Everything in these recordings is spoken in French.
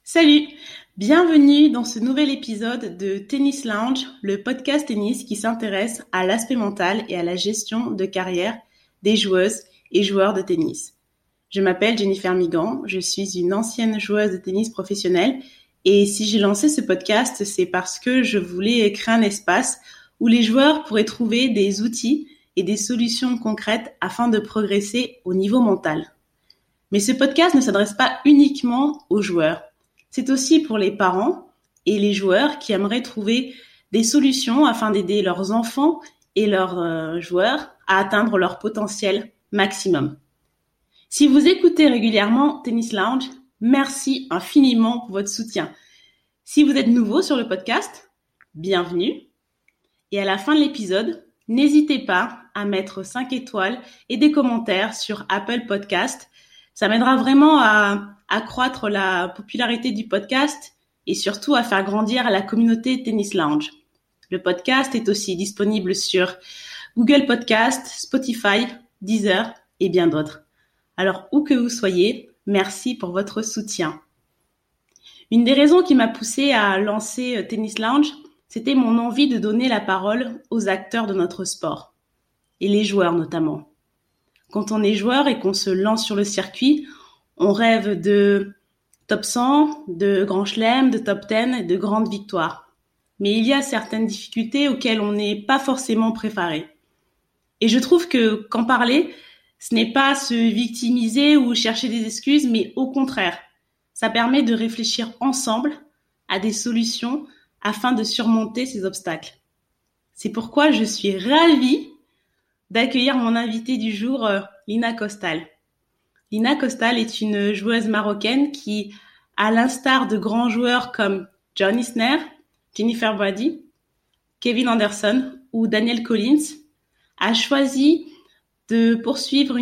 Salut, bienvenue dans ce nouvel épisode de Tennis Lounge, le podcast tennis qui s'intéresse à l'aspect mental et à la gestion de carrière des joueuses et joueurs de tennis. Je m'appelle Jennifer Migan, je suis une ancienne joueuse de tennis professionnelle et si j'ai lancé ce podcast, c'est parce que je voulais créer un espace où les joueurs pourraient trouver des outils et des solutions concrètes afin de progresser au niveau mental. Mais ce podcast ne s'adresse pas uniquement aux joueurs. C'est aussi pour les parents et les joueurs qui aimeraient trouver des solutions afin d'aider leurs enfants et leurs joueurs à atteindre leur potentiel maximum. Si vous écoutez régulièrement Tennis Lounge, merci infiniment pour votre soutien. Si vous êtes nouveau sur le podcast, bienvenue. Et à la fin de l'épisode, n'hésitez pas à mettre 5 étoiles et des commentaires sur Apple Podcast. Ça m'aidera vraiment à accroître la popularité du podcast et surtout à faire grandir la communauté Tennis Lounge. Le podcast est aussi disponible sur Google Podcast, Spotify, Deezer et bien d'autres. Alors, où que vous soyez, merci pour votre soutien. Une des raisons qui m'a poussée à lancer Tennis Lounge, c'était mon envie de donner la parole aux acteurs de notre sport, et les joueurs notamment. Quand on est joueur et qu'on se lance sur le circuit, on rêve de top 100, de grand chelem, de top 10 et de grandes victoires. Mais il y a certaines difficultés auxquelles on n'est pas forcément préparé. Et je trouve que qu'en parler, ce n'est pas se victimiser ou chercher des excuses, mais au contraire, ça permet de réfléchir ensemble à des solutions afin de surmonter ces obstacles. C'est pourquoi je suis ravie d'accueillir mon invitée du jour, Lina Costal. Lina Costal est une joueuse marocaine qui, à l'instar de grands joueurs comme John Isner, Jennifer Brady, Kevin Anderson ou Daniel Collins, a choisi de poursuivre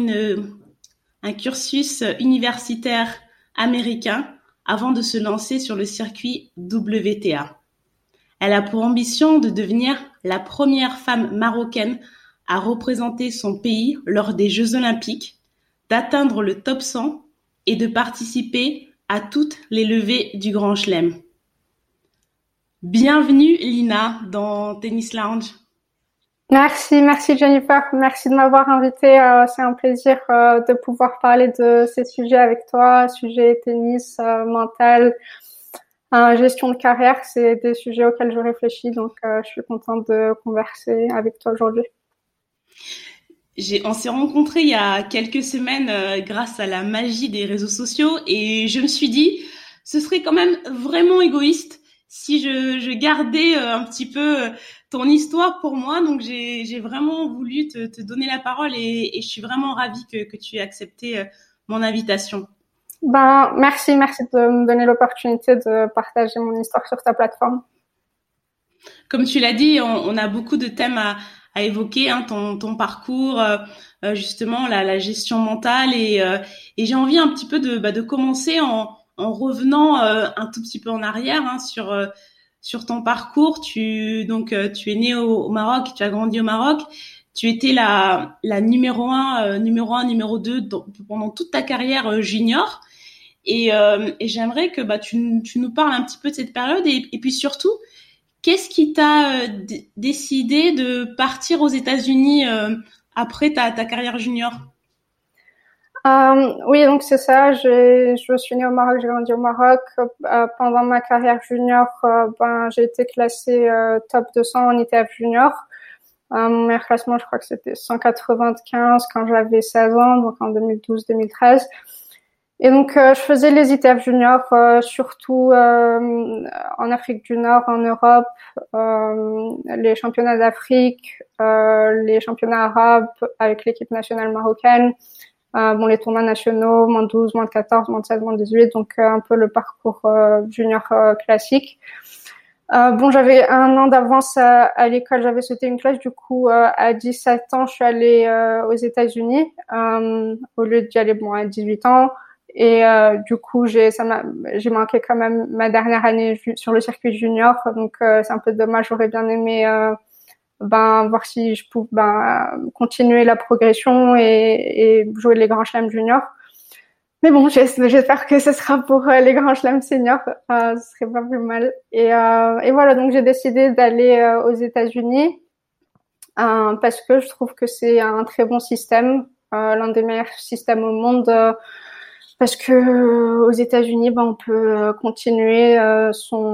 un cursus universitaire américain avant de se lancer sur le circuit WTA. Elle a pour ambition de devenir la première femme marocaine à représenter son pays lors des Jeux Olympiques, d'atteindre le top 100 et de participer à toutes les levées du Grand Chelem. Bienvenue Lina dans Tennis Lounge. Merci Jennifer, merci de m'avoir invitée. C'est un plaisir de pouvoir parler de ces sujets avec toi, sujets tennis, mental, gestion de carrière. C'est des sujets auxquels je réfléchis, donc je suis contente de converser avec toi aujourd'hui. On s'est rencontrés il y a quelques semaines grâce à la magie des réseaux sociaux et je me suis dit, ce serait quand même vraiment égoïste si je gardais un petit peu ton histoire pour moi. Donc j'ai vraiment voulu te donner la parole et je suis vraiment ravie que tu aies accepté mon invitation. Merci de me donner l'opportunité de partager mon histoire sur ta plateforme. Comme tu l'as dit, on a beaucoup de thèmes à évoquer, hein, ton parcours, justement la gestion mentale et j'ai envie un petit peu de commencer en revenant un tout petit peu en arrière, hein, sur ton parcours. Tu es né au Maroc, tu as grandi au Maroc, tu étais la numéro 1, numéro 2 pendant toute ta carrière junior et j'aimerais que tu nous parles un petit peu de cette période et puis surtout qu'est-ce qui t'a décidé de partir aux États-Unis après ta carrière junior? Oui, donc c'est ça. Je suis née au Maroc, j'ai grandi au Maroc. Pendant ma carrière junior, j'ai été classée top 200 en ITF junior. Mon meilleur classement, je crois que c'était 195 quand j'avais 16 ans, donc en 2012-2013. Et donc, je faisais les ITF juniors, surtout en Afrique du Nord, en Europe, les championnats d'Afrique, les championnats arabes avec l'équipe nationale marocaine, les tournois nationaux, moins 12, moins 14, moins 16, moins 18, donc un peu le parcours junior classique. J'avais un an d'avance à l'école, j'avais sauté une classe, du coup, à 17 ans, je suis allée aux États-Unis, au lieu d'y aller à 18 ans. Et du coup, j'ai manqué quand même ma dernière année sur le circuit junior, donc c'est un peu dommage. J'aurais bien aimé voir si je pouvais continuer la progression et jouer les grands chelems juniors. Mais bon, j'espère que ce sera pour les grands chelems seniors. Ce serait pas plus mal. Et voilà, donc j'ai décidé d'aller aux États-Unis parce que je trouve que c'est un très bon système, l'un des meilleurs systèmes au monde. Parce que aux États-Unis, on peut continuer un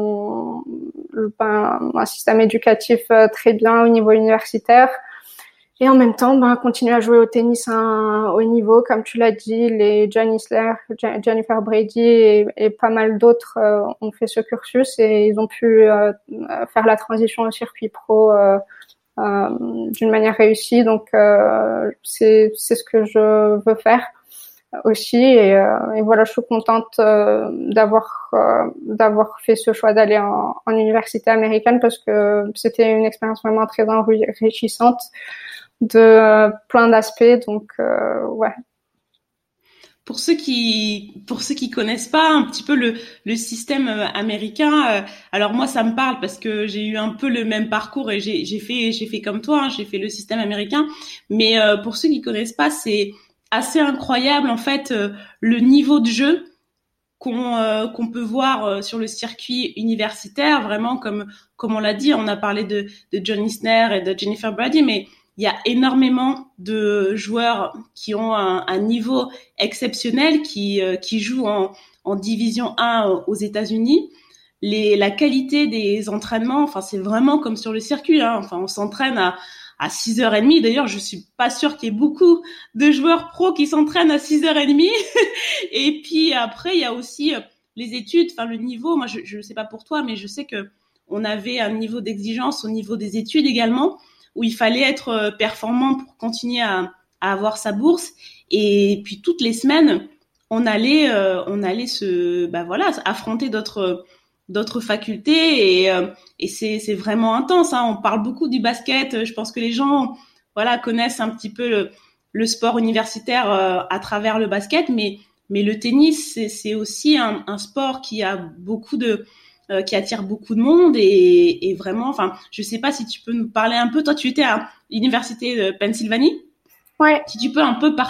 système éducatif très bien au niveau universitaire. Et en même temps, continuer à jouer au tennis à un haut niveau, comme tu l'as dit, les John Isner, Jennifer Brady et pas mal d'autres ont fait ce cursus et ils ont pu faire la transition au circuit pro d'une manière réussie. Donc, c'est ce que je veux faire aussi. Et voilà, je suis contente d'avoir fait ce choix d'aller en université américaine parce que c'était une expérience vraiment très enrichissante de plein d'aspects. Donc, ouais. Pour ceux qui connaissent pas un petit peu le système américain, alors moi ça me parle parce que j'ai eu un peu le même parcours et j'ai fait comme toi, hein, j'ai fait le système américain. Mais pour ceux qui connaissent pas, c'est assez incroyable en fait le niveau de jeu qu'on peut voir sur le circuit universitaire, vraiment comme on l'a dit, on a parlé de John Isner et de Jennifer Brady, mais il y a énormément de joueurs qui ont un niveau exceptionnel, qui jouent en division 1 aux États-Unis. La qualité des entraînements, enfin c'est vraiment comme sur le circuit, hein. Enfin on s'entraîne à 6h30. D'ailleurs, je suis pas sûre qu'il y ait beaucoup de joueurs pros qui s'entraînent à 6h30. Et puis après, il y a aussi les études, enfin le niveau. Moi, je sais pas pour toi, mais je sais que on avait un niveau d'exigence au niveau des études également, où il fallait être performant pour continuer à avoir sa bourse. Et puis toutes les semaines, on allait affronter d'autres facultés et c'est vraiment intense, hein. On parle beaucoup du basket. Je pense que les gens connaissent un petit peu le sport universitaire à travers le basket, mais le tennis c'est aussi un sport qui a qui attire beaucoup de monde et vraiment, enfin je sais pas si tu peux nous parler un peu. Toi tu étais à l'université de Pennsylvanie. Ouais. Si tu peux un peu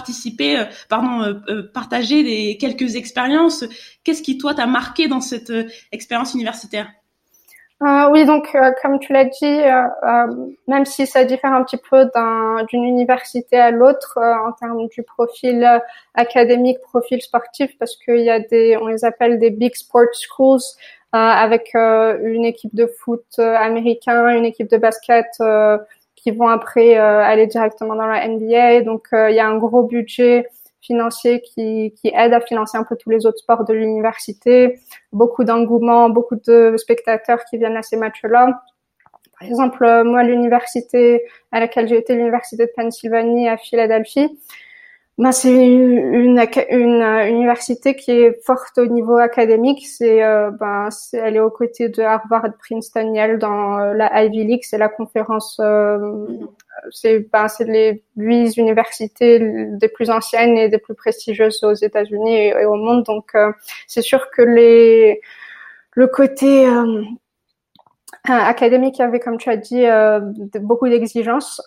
partager quelques expériences. Qu'est-ce qui, toi, t'a marqué dans cette expérience universitaire? Oui, donc comme tu l'as dit, même si ça diffère un petit peu d'une université à l'autre en termes du profil académique, profil sportif, parce qu'il y a on les appelle des big sport schools, avec une équipe de foot américain, une équipe de basket qui vont après aller directement dans la NBA. Donc, il y a un gros budget financier qui aide à financer un peu tous les autres sports de l'université. Beaucoup d'engouement, beaucoup de spectateurs qui viennent à ces matchs-là. Par exemple, moi, l'université à laquelle j'ai été, l'université de Pennsylvanie à Philadelphie, c'est une université qui est forte au niveau académique. Elle est aux côtés de Harvard, Princeton, Yale dans la Ivy League. C'est la conférence. C'est les 8 universités des plus anciennes et des plus prestigieuses aux États-Unis et au monde. Donc, c'est sûr que le côté académique, il y avait, comme tu as dit, beaucoup d'exigences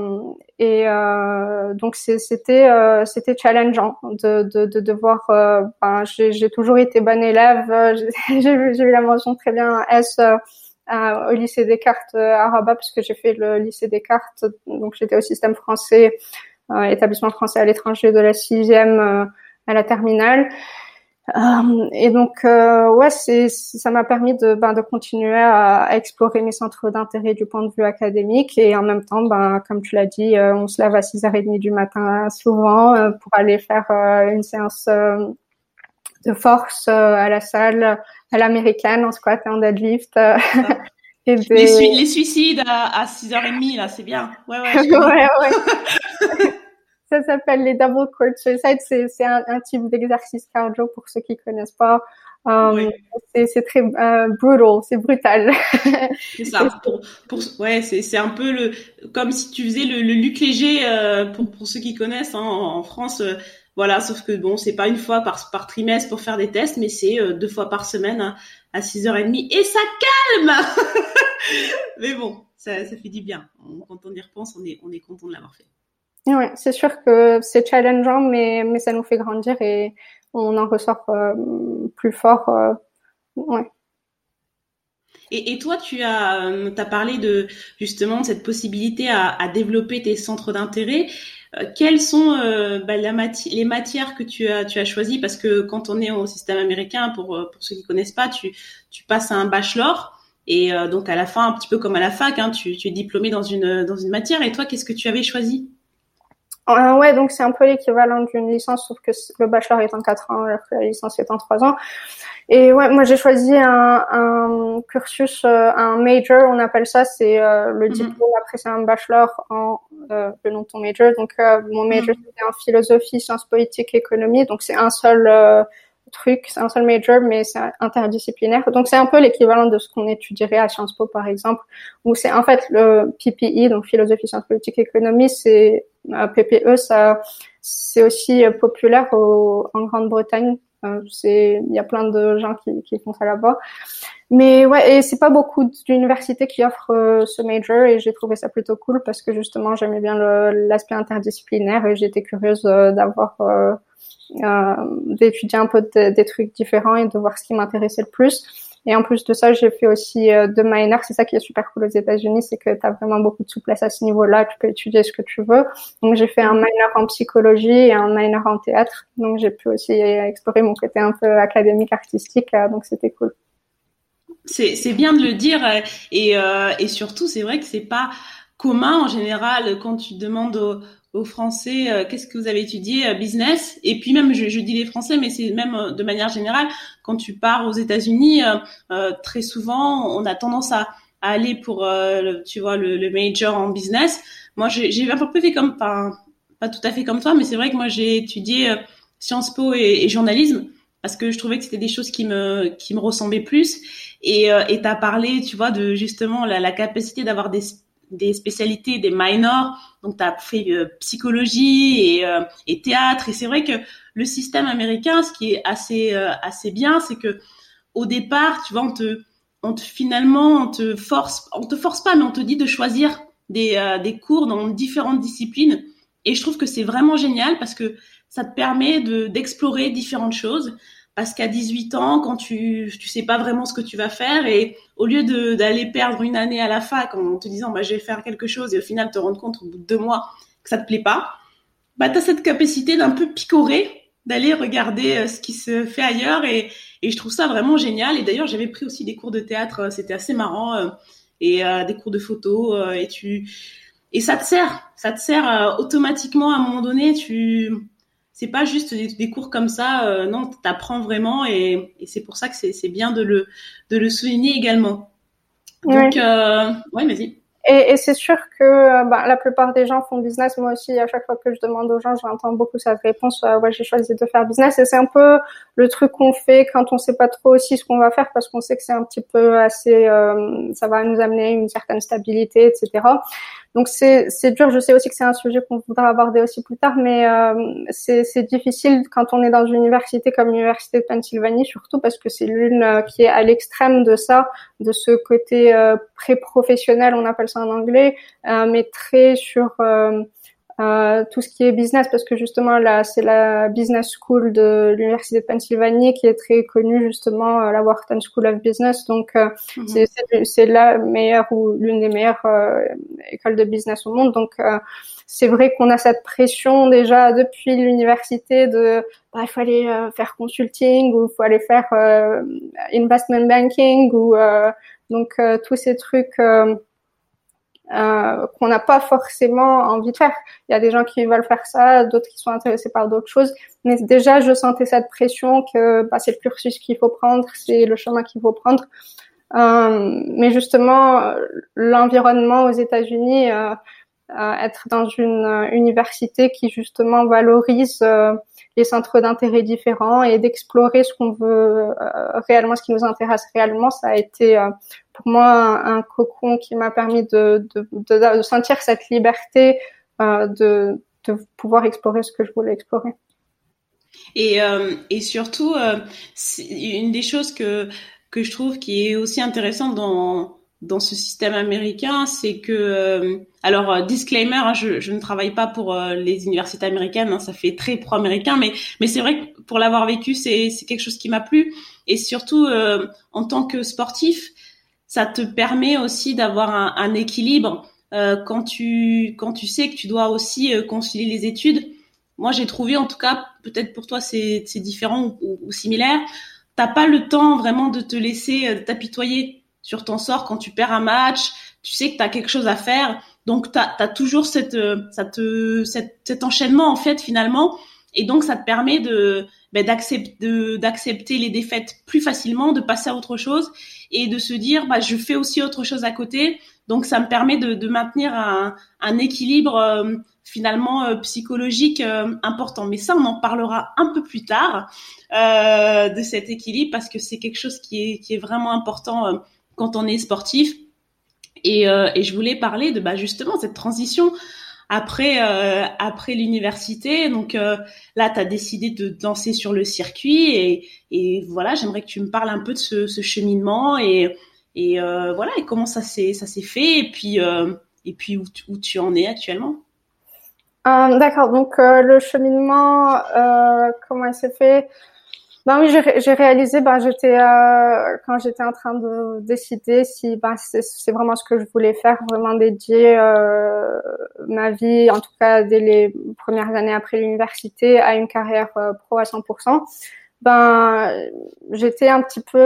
donc c'était challengeant de devoir. J'ai toujours été bonne élève. J'ai eu la mention très bien S au lycée Descartes à Rabat parce que j'ai fait le lycée Descartes. Donc j'étais au système français, établissement français à l'étranger de la 6e à la terminale. Et donc, ça m'a permis de continuer à explorer mes centres d'intérêt du point de vue académique et en même temps, comme tu l'as dit, on se lève à 6h30 du matin souvent pour aller faire une séance de force à la salle, à l'américaine, en squat et en deadlift. Les suicides à 6h30, là, c'est bien. Ouais, ouais. Ça s'appelle les double core suicide. C'est un type d'exercice cardio pour ceux qui connaissent pas. Oui. C'est très brutal, c'est brutal. C'est ça. C'est un peu comme si tu faisais le Luc Léger pour ceux qui connaissent, hein, en France. Sauf que bon, c'est pas une fois par trimestre pour faire des tests, mais c'est 2 fois par semaine à 6h30 et ça calme. Mais bon, ça fait du bien. Quand on y repense, on est content de l'avoir fait. Ouais, c'est sûr que c'est challengeant, mais ça nous fait grandir et on en ressort plus fort. Ouais. Et toi, t'as parlé de justement de cette possibilité à développer tes centres d'intérêt. Quelles sont les matières que tu as choisies? Parce que quand on est au système américain, pour ceux qui connaissent pas, tu passes à un bachelor et donc à la fin, un petit peu comme à la fac, hein, tu es diplômé dans une matière. Et toi, qu'est-ce que tu avais choisi? Ouais, donc c'est un peu l'équivalent d'une licence, sauf que le bachelor est en 4 ans, alors que la licence est en 3 ans. Et ouais, moi j'ai choisi un cursus, un major, on appelle ça, c'est le diplôme après c'est un bachelor en le nom de ton major. Donc mon major c'était en philosophie, sciences politiques, économie. Donc c'est un seul truc, c'est un seul major, mais c'est interdisciplinaire. Donc c'est un peu l'équivalent de ce qu'on étudierait à Sciences Po par exemple, où c'est en fait le PPE, donc philosophie, sciences politiques, économie, c'est PPE, ça c'est aussi populaire en Grande-Bretagne. Il y a plein de gens qui font ça là-bas. Mais ouais, et c'est pas beaucoup d'universités qui offrent ce major et j'ai trouvé ça plutôt cool parce que justement j'aimais bien l'aspect interdisciplinaire et j'étais curieuse d'étudier un peu des trucs différents et de voir ce qui m'intéressait le plus. Et en plus de ça, j'ai fait aussi 2 minors. C'est ça qui est super cool aux États-Unis, c'est que tu as vraiment beaucoup de souplesse à ce niveau-là. Tu peux étudier ce que tu veux. Donc, j'ai fait un minor en psychologie et un minor en théâtre. Donc, j'ai pu aussi explorer mon côté un peu académique, artistique. Donc, c'était cool. C'est bien de le dire et surtout, c'est vrai que c'est pas commun en général quand tu demandes aux Français qu'est-ce que vous avez étudié business et puis même je dis les Français mais c'est même de manière générale quand tu pars aux États-Unis très souvent on a tendance à aller pour tu vois le major en business. Moi j'ai un peu fait comme pas tout à fait comme toi mais c'est vrai que moi j'ai étudié Sciences Po et journalisme parce que je trouvais que c'était des choses qui me ressemblaient plus et t'as parlé tu vois de justement la capacité d'avoir des spécialités, des minors. Donc, tu as fait psychologie et théâtre. Et c'est vrai que le système américain, ce qui est assez bien, c'est que au départ, tu vois, finalement, on te force pas, mais on te dit de choisir des cours dans différentes disciplines. Et je trouve que c'est vraiment génial parce que ça te permet d'explorer différentes choses. Parce qu'à 18 ans, quand tu sais pas vraiment ce que tu vas faire et au lieu d'aller perdre une année à la fac en te disant bah je vais faire quelque chose et au final te rendre compte au bout de 2 mois que ça te plaît pas, bah t'as cette capacité d'un peu picorer, d'aller regarder ce qui se fait ailleurs et je trouve ça vraiment génial. Et d'ailleurs j'avais pris aussi des cours de théâtre, c'était assez marrant et des cours de photo et ça te sert automatiquement à un moment donné. C'est pas juste des cours comme ça, non, t'apprends vraiment et c'est pour ça que c'est bien de le souligner également. Donc, ouais, vas-y. Et c'est sûr que la plupart des gens font business. Moi aussi, à chaque fois que je demande aux gens, j'entends beaucoup cette réponse. Ouais, j'ai choisi de faire business. Et c'est un peu le truc qu'on fait quand on sait pas trop aussi ce qu'on va faire parce qu'on sait que c'est un petit peu assez, ça va nous amener une certaine stabilité, etc. Donc c'est dur. Je sais aussi que c'est un sujet qu'on voudra aborder aussi plus tard, mais c'est difficile quand on est dans une université comme l'université de Pennsylvanie, surtout parce que c'est l'une qui est à l'extrême de ça, de ce côté pré-professionnel, on appelle ça en anglais, mais très sur tout ce qui est business, parce que justement là c'est la business school de l'université de Pennsylvanie qui est très connue, justement la Wharton School of Business, donc c'est la meilleure ou l'une des meilleures écoles de business au monde. Donc c'est vrai qu'on a cette pression déjà depuis l'université de il faut aller faire consulting ou il faut aller faire investment banking ou donc tous ces trucs qu'on n'a pas forcément envie de faire. Il y a des gens qui veulent faire ça, d'autres qui sont intéressés par d'autres choses. Mais déjà, je sentais cette pression que c'est le cursus qu'il faut prendre, c'est le chemin qu'il faut prendre. Mais justement, l'environnement aux États-Unis, être dans une université qui justement valorise les centres d'intérêt différents et d'explorer ce qu'on veut réellement, ce qui nous intéresse réellement, ça a été pour moi un cocon qui m'a permis de sentir cette liberté de pouvoir explorer ce que je voulais explorer. Et surtout, c'est une des choses que je trouve qui est aussi intéressante dans ce système américain, c'est que alors disclaimer, hein, je ne travaille pas pour les universités américaines, hein, ça fait très pro-américain, mais c'est vrai que pour l'avoir vécu, c'est quelque chose qui m'a plu, et surtout en tant que sportif, ça te permet aussi d'avoir un équilibre quand tu sais que tu dois aussi concilier les études. Moi, j'ai trouvé, en tout cas, peut-être pour toi c'est différent ou similaire, t'as pas le temps vraiment de te laisser t'apitoyer sur ton sort quand tu perds un match. Tu sais que t'as quelque chose à faire, donc t'as toujours cet enchaînement en fait finalement, et donc ça te permet d'accepter les défaites plus facilement, de passer à autre chose et de se dire je fais aussi autre chose à côté. Donc ça me permet de maintenir un équilibre finalement psychologique important. Mais ça, on en parlera un peu plus tard de cet équilibre, parce que c'est quelque chose qui est vraiment important quand on est sportif. Et je voulais parler de justement cette transition après l'université. Donc là, tu as décidé de te lancer sur le circuit, et voilà, j'aimerais que tu me parles un peu de ce cheminement, et voilà, et comment ça s'est fait, et puis où tu en es actuellement. D'accord, donc le cheminement, comment il s'est fait? Ben oui, j'ai réalisé, j'étais quand j'étais en train de décider si c'est vraiment ce que je voulais faire, vraiment dédier ma vie, en tout cas dès les premières années après l'université, à une carrière pro à 100%. J'étais un petit peu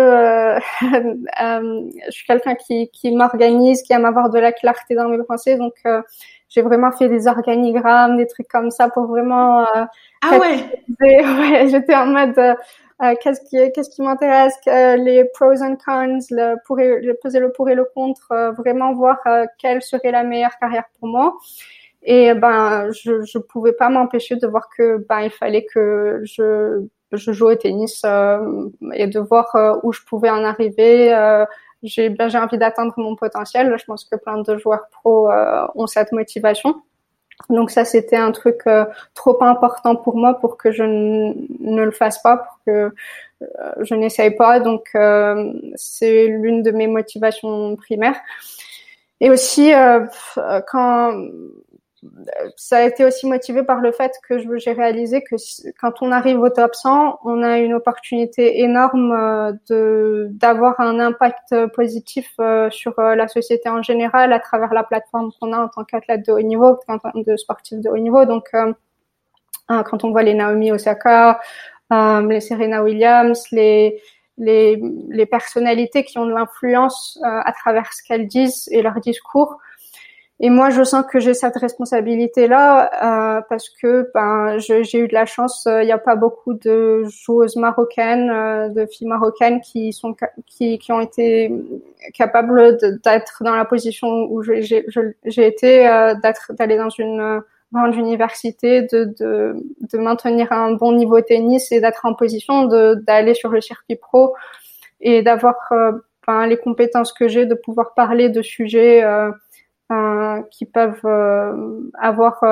je suis quelqu'un qui m'organise, qui aime avoir de la clarté dans mes pensées, donc j'ai vraiment fait des organigrammes, des trucs comme ça pour vraiment ah ouais. Ouais, j'étais en mode qu'est-ce qui m'intéresse, les pros and cons, peser le pour et le contre, vraiment voir quelle serait la meilleure carrière pour moi. Et je pouvais pas m'empêcher de voir que il fallait que je joue au tennis et de voir où je pouvais en arriver. J'ai envie d'atteindre mon potentiel. Je pense que plein de joueurs pros ont cette motivation. Donc ça, c'était un truc trop important pour moi pour que je ne le fasse pas, pour que je n'essaye pas. Donc c'est l'une de mes motivations primaires. Et aussi quand ça a été aussi motivé par le fait que j'ai réalisé que quand on arrive au top 100, on a une opportunité énorme d'avoir un impact positif sur la société en général à travers la plateforme qu'on a en tant qu'athlète de haut niveau, en tant que sportif de haut niveau. Donc, quand on voit les Naomi Osaka, les Serena Williams, les personnalités qui ont de l'influence à travers ce qu'elles disent et leur discours. Et moi, je sens que j'ai cette responsabilité-là parce que j'ai eu de la chance. Il n'y a pas beaucoup de joueuses marocaines, de filles marocaines qui ont été capables d'être dans la position où j'ai été, d'aller dans une grande université, de maintenir un bon niveau tennis et d'être en position d'aller sur le circuit pro et d'avoir les compétences que j'ai, de pouvoir parler de sujets qui peuvent avoir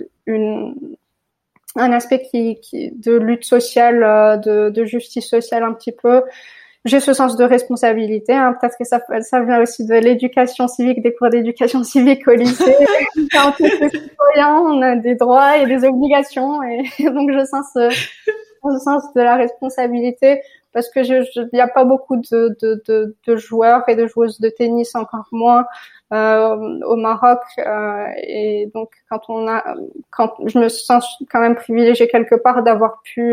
un aspect qui de lutte sociale, de justice sociale un petit peu. J'ai ce sens de responsabilité. Peut-être que ça vient aussi de l'éducation civique, des cours d'éducation civique au lycée. En tant que citoyen, on a des droits et des obligations, et donc je sens ce sens de la responsabilité, parce que il y a pas beaucoup de joueurs et de joueuses de tennis, encore moins au Maroc, et donc quand je me sens quand même privilégiée quelque part d'avoir pu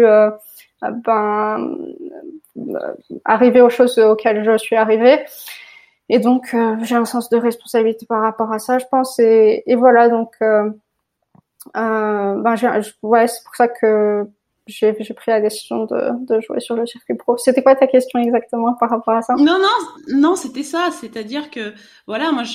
arriver aux choses auxquelles je suis arrivée, et donc j'ai un sens de responsabilité par rapport à ça, je pense, et voilà, donc ouais, c'est pour ça que j'ai pris la décision de jouer sur le circuit pro. C'était quoi ta question exactement par rapport à ça? Non, c'était ça. C'est-à-dire que, voilà, moi,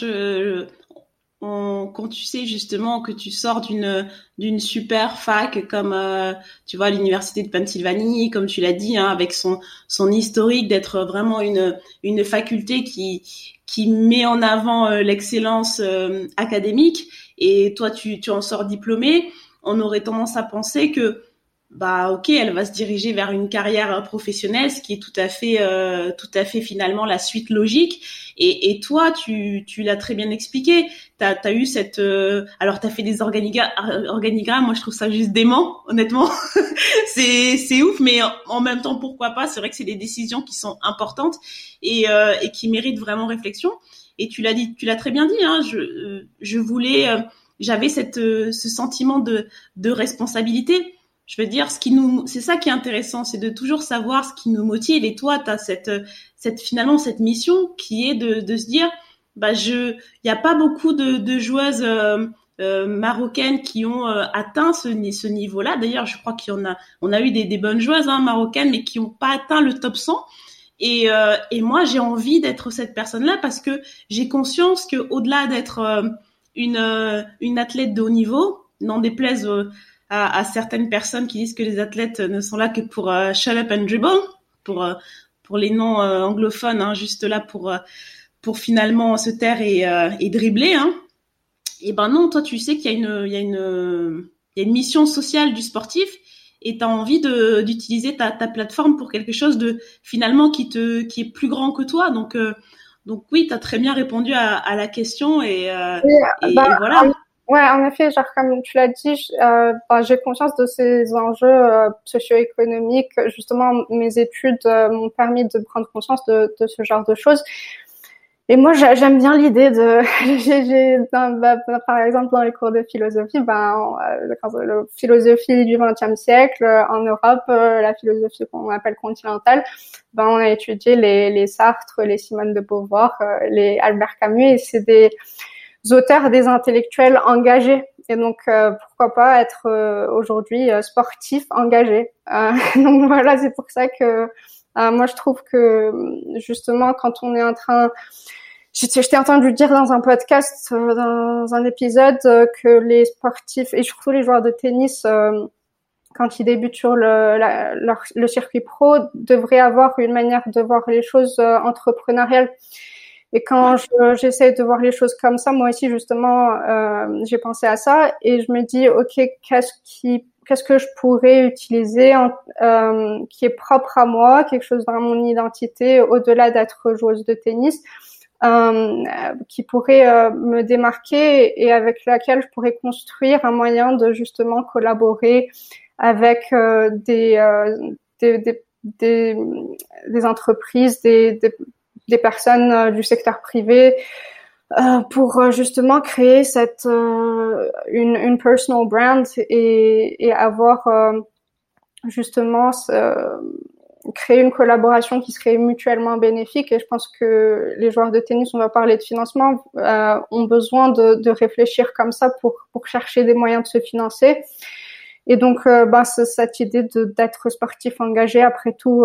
quand tu sais justement que tu sors d'une super fac comme, tu vois, l'université de Pennsylvanie, comme tu l'as dit, avec son historique d'être vraiment une faculté qui met en avant l'excellence académique, et toi, tu en sors diplômé, on aurait tendance à penser que bah ok, elle va se diriger vers une carrière professionnelle, ce qui est tout à fait finalement la suite logique. Et toi, tu l'as très bien expliqué. T'as eu cette, alors t'as fait des organigrammes. Moi, je trouve ça juste dément, honnêtement. C'est ouf, mais en même temps, pourquoi pas? C'est vrai que c'est des décisions qui sont importantes et qui méritent vraiment réflexion. Et tu l'as très bien dit. Hein, je voulais, j'avais ce sentiment de responsabilité. Je veux dire, c'est ça qui est intéressant, c'est de toujours savoir ce qui nous motive. Et toi, t'as finalement cette mission qui est de se dire, bah il y a pas beaucoup de joueuses marocaines qui ont atteint ce niveau-là. D'ailleurs, je crois on a eu des bonnes joueuses marocaines, mais qui ont pas atteint le top 100. Et moi, j'ai envie d'être cette personne-là parce que j'ai conscience que au-delà d'être une athlète de haut niveau, n'en déplaise à certaines personnes qui disent que les athlètes ne sont là que pour shut up and dribble, pour les non anglophones, hein, juste là pour finalement se taire et dribbler. Hein. Et ben non, toi tu sais qu'il y a une mission sociale du sportif et tu as envie d'utiliser ta plateforme pour quelque chose de finalement qui est plus grand que toi. Donc oui, tu as très bien répondu à la question et voilà. Ouais, en effet, genre comme tu l'as dit, j'ai conscience de ces enjeux socio-économiques. Justement, mes études m'ont permis de prendre conscience de ce genre de choses. Et moi, j'aime bien l'idée par exemple, dans les cours de philosophie, la philosophie du XXe siècle en Europe, la philosophie qu'on appelle continentale, on a étudié les Sartre, les Simone de Beauvoir, les Albert Camus, et c'est des auteurs, des intellectuels engagés. Et donc, pourquoi pas être aujourd'hui sportif engagé. Donc voilà, c'est pour ça que moi, je trouve que justement, quand on est en train... Je t'ai entendu dire dans un podcast, dans un épisode, que les sportifs, et surtout les joueurs de tennis, quand ils débutent sur le circuit pro, devraient avoir une manière de voir les choses entrepreneuriales. Et quand j'essaie de voir les choses comme ça, moi aussi, justement, j'ai pensé à ça et je me dis, OK, qu'est-ce que je pourrais utiliser qui est propre à moi, quelque chose dans mon identité, au-delà d'être joueuse de tennis, qui pourrait me démarquer et avec laquelle je pourrais construire un moyen de justement collaborer avec des entreprises, des personnes du secteur privé pour justement créer une personal brand et avoir justement créer une collaboration qui serait mutuellement bénéfique. Et je pense que les joueurs de tennis, on va parler de financement, ont besoin de réfléchir comme ça pour chercher des moyens de se financer. Et donc c'est cette idée d'être sportif engagé. Après tout,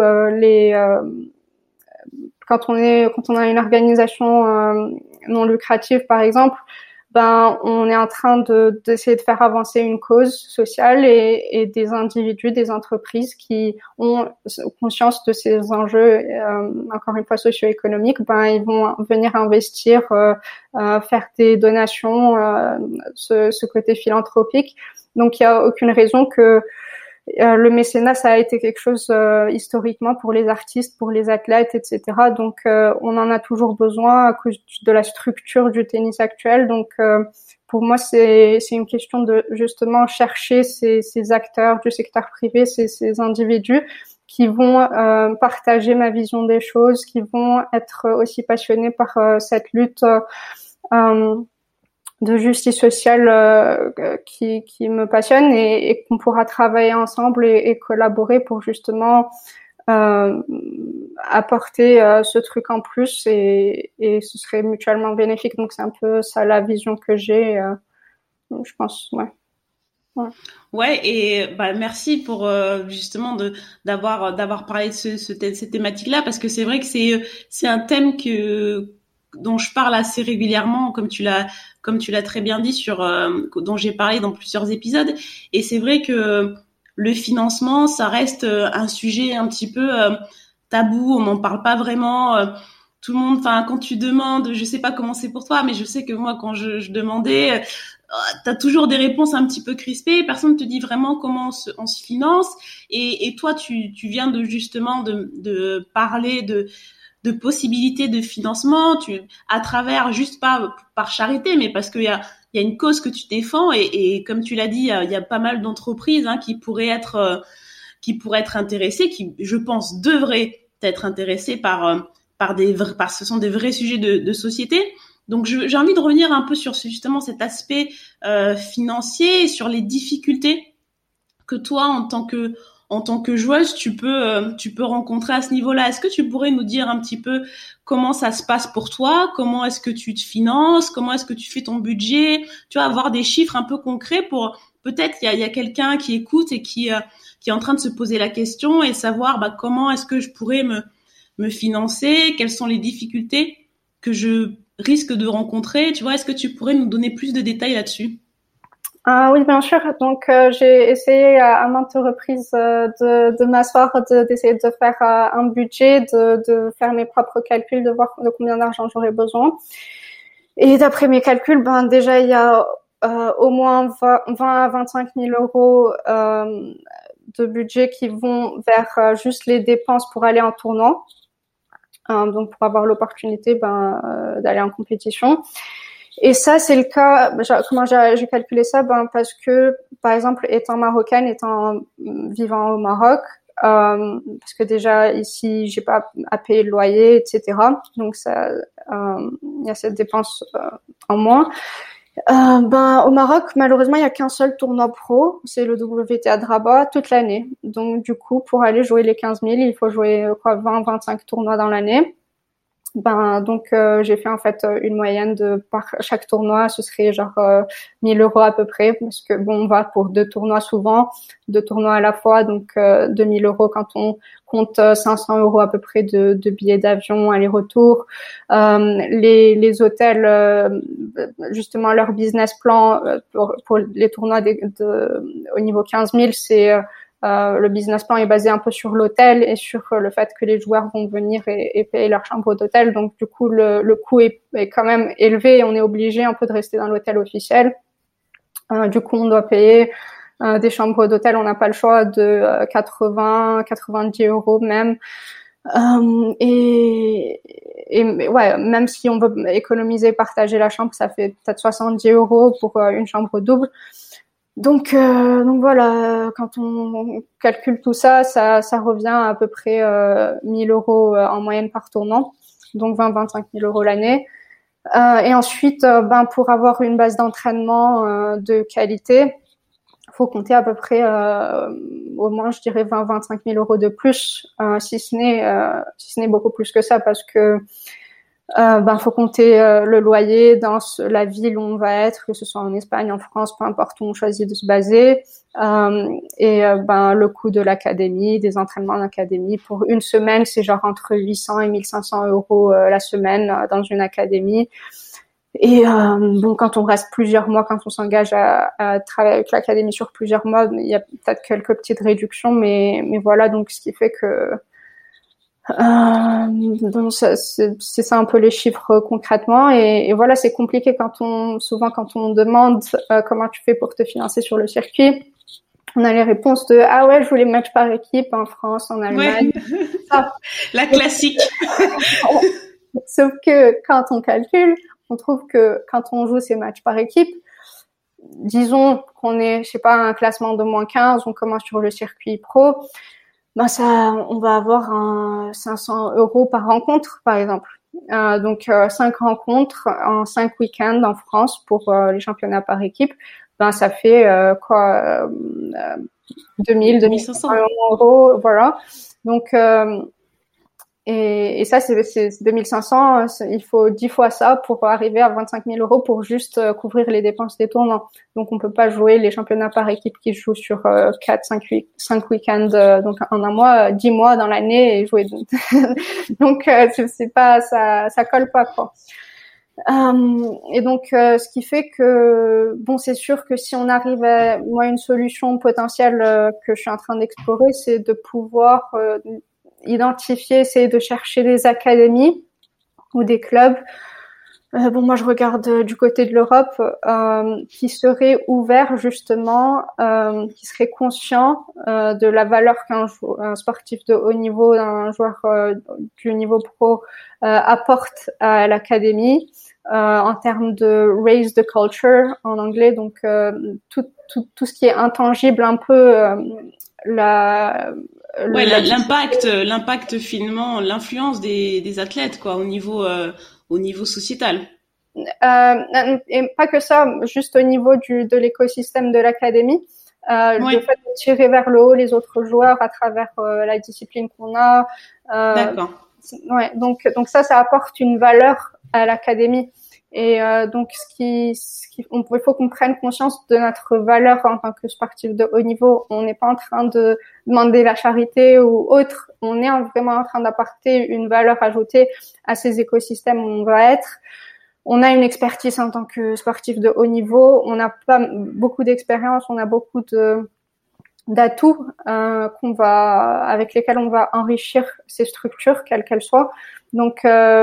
quand on a une organisation non lucrative, par exemple, on est en train d'essayer de faire avancer une cause sociale et des individus, des entreprises qui ont conscience de ces enjeux, encore une fois socio-économiques, ils vont venir investir, faire des donations, ce côté philanthropique. Donc il n'y a aucune raison que le mécénat, ça a été quelque chose historiquement pour les artistes, pour les athlètes, etc. Donc, on en a toujours besoin à cause de la structure du tennis actuel. Donc, pour moi, c'est une question de justement chercher ces acteurs du secteur privé, ces individus qui vont partager ma vision des choses, qui vont être aussi passionnés par cette lutte de justice sociale qui me passionne et qu'on pourra travailler ensemble et collaborer pour justement apporter ce truc en plus et ce serait mutuellement bénéfique. Donc c'est un peu ça la vision que j'ai, je pense. Ouais, et merci pour justement d'avoir parlé de cette thématique-là parce que c'est vrai que c'est un thème dont je parle assez régulièrement, comme tu l'as très bien dit dont j'ai parlé dans plusieurs épisodes. Et c'est vrai que le financement, ça reste un sujet un petit peu tabou. On n'en parle pas vraiment. Tout le monde, quand tu demandes, je sais pas comment c'est pour toi, mais je sais que moi, quand je demandais, t'as toujours des réponses un petit peu crispées, personne te dit vraiment comment on se finance, et toi tu viens justement de parler de possibilités de financement, à travers, juste pas par charité, mais parce qu'il y a une cause que tu défends, et comme tu l'as dit, il y a pas mal d'entreprises qui pourraient être intéressées, qui, je pense, devraient être intéressées par ce sont des vrais sujets de société. Donc j'ai envie de revenir un peu sur justement cet aspect financier, et sur les difficultés que toi, en tant que joueuse, tu peux rencontrer à ce niveau-là. Est-ce que tu pourrais nous dire un petit peu comment ça se passe pour toi? Comment est-ce que tu te finances? Comment est-ce que tu fais ton budget? Tu vois, avoir des chiffres un peu concrets pour, peut-être il y a quelqu'un qui écoute et qui est en train de se poser la question et savoir comment est-ce que je pourrais me financer? Quelles sont les difficultés que je risque de rencontrer? Tu vois, est-ce que tu pourrais nous donner plus de détails là-dessus? Oui, bien sûr. Donc, j'ai essayé à maintes reprises de m'asseoir, d'essayer de faire un budget, de faire mes propres calculs, de voir de combien d'argent j'aurais besoin. Et d'après mes calculs, déjà il y a au moins 20 à 25 000 euros de budget qui vont vers juste les dépenses pour aller en tournoi. Donc, pour avoir l'opportunité d'aller en compétition. Et ça, c'est le cas. Comment j'ai calculé ça? Parce que, par exemple, étant marocaine, vivant au Maroc, parce que déjà ici, j'ai pas à payer le loyer, etc. Donc ça, il y a cette dépense en moins. Au Maroc, malheureusement, il y a qu'un seul tournoi pro, c'est le WTA de Rabat toute l'année. Donc du coup, pour aller jouer les 15 000, il faut jouer 20-25 tournois dans l'année. J'ai fait en fait une moyenne par chaque tournoi, ce serait genre 1 000 euros à peu près, parce que on va pour 2 tournois souvent, 2 tournois à la fois, donc 2 000 euros quand on compte 500 euros à peu près de billets d'avion aller-retour. Les hôtels, justement leur business plan pour les tournois au niveau 15 000, c'est le business plan est basé un peu sur l'hôtel et sur le fait que les joueurs vont venir et payer leur chambre d'hôtel. Donc, du coup, le coût est quand même élevé et on est obligé un peu de rester dans l'hôtel officiel. Du coup, on doit payer des chambres d'hôtel. On n'a pas le choix de 80, 90 euros même. Ouais, même si on veut économiser, partager la chambre, ça fait peut-être 70 euros pour une chambre double. Donc voilà, quand on calcule tout ça, ça revient à peu près 1 000 euros en moyenne par tournant, donc 20-25 000 euros l'année. Et ensuite, pour avoir une base d'entraînement de qualité, faut compter à peu près au moins, je dirais 20-25 000 euros de plus, si ce n'est beaucoup plus que ça, parce que faut compter le loyer dans la ville où on va être, que ce soit en Espagne, en France, peu importe où on choisit de se baser, le coût de l'académie, des entraînements d'académie. Pour une semaine, c'est genre entre 800 et 1 500 euros la semaine dans une académie. Et quand on reste plusieurs mois, quand on s'engage à travailler avec l'académie sur plusieurs mois, il y a peut-être quelques petites réductions, mais voilà, donc ce qui fait que donc c'est ça un peu les chiffres concrètement, et voilà, c'est compliqué souvent quand on demande comment tu fais pour te financer sur le circuit, on a les réponses de ah ouais, je voulais match par équipe en France, en Allemagne. Ouais. La classique. Sauf que quand on calcule, on trouve que quand on joue ces matchs par équipe, disons qu'on est, je sais pas, un classement de -15, on commence sur le circuit pro, on va avoir 500 euros par rencontre, par exemple. 5 rencontres en 5 week-ends en France pour les championnats par équipe. Ça fait 2000, 2500 euros, voilà. Donc et ça, c'est 2500. Il faut 10 fois ça pour arriver à 25 000 euros pour juste couvrir les dépenses des tournois. Donc, on peut pas jouer les championnats par équipe qui jouent sur 5 week-ends, donc en un mois, 10 mois dans l'année et jouer. Donc, c'est pas, ça colle pas, quoi. Et donc, ce qui fait que, c'est sûr que si on arrive à, moi, une solution potentielle que je suis en train d'explorer, c'est de pouvoir identifier, essayer de chercher des académies ou des clubs Bon, moi, je regarde du côté de l'Europe, qui serait ouvert justement, qui serait conscient de la valeur qu'un sportif de haut niveau, un joueur du niveau pro apporte à l'académie en termes de raise the culture en anglais, donc tout ce qui est intangible, un peu Ouais, l'impact finalement, l'influence des athlètes quoi au niveau sociétal. Et pas que ça, juste au niveau de l'écosystème de l'académie, Oui, le fait de tirer vers le haut les autres joueurs à travers la discipline qu'on a. d'accord. Ouais, donc ça apporte une valeur à l'académie. Et donc il faut qu'on prenne conscience de notre valeur en tant que sportif de haut niveau. On n'est pas en train de demander la charité ou autre. On est vraiment en train d'apporter une valeur ajoutée à ces écosystèmes où on va être. On a une expertise en tant que sportif de haut niveau. On n'a pas beaucoup d'expérience. On a beaucoup d'atouts avec lesquels on va enrichir ces structures, quelles qu'elles soient. Donc,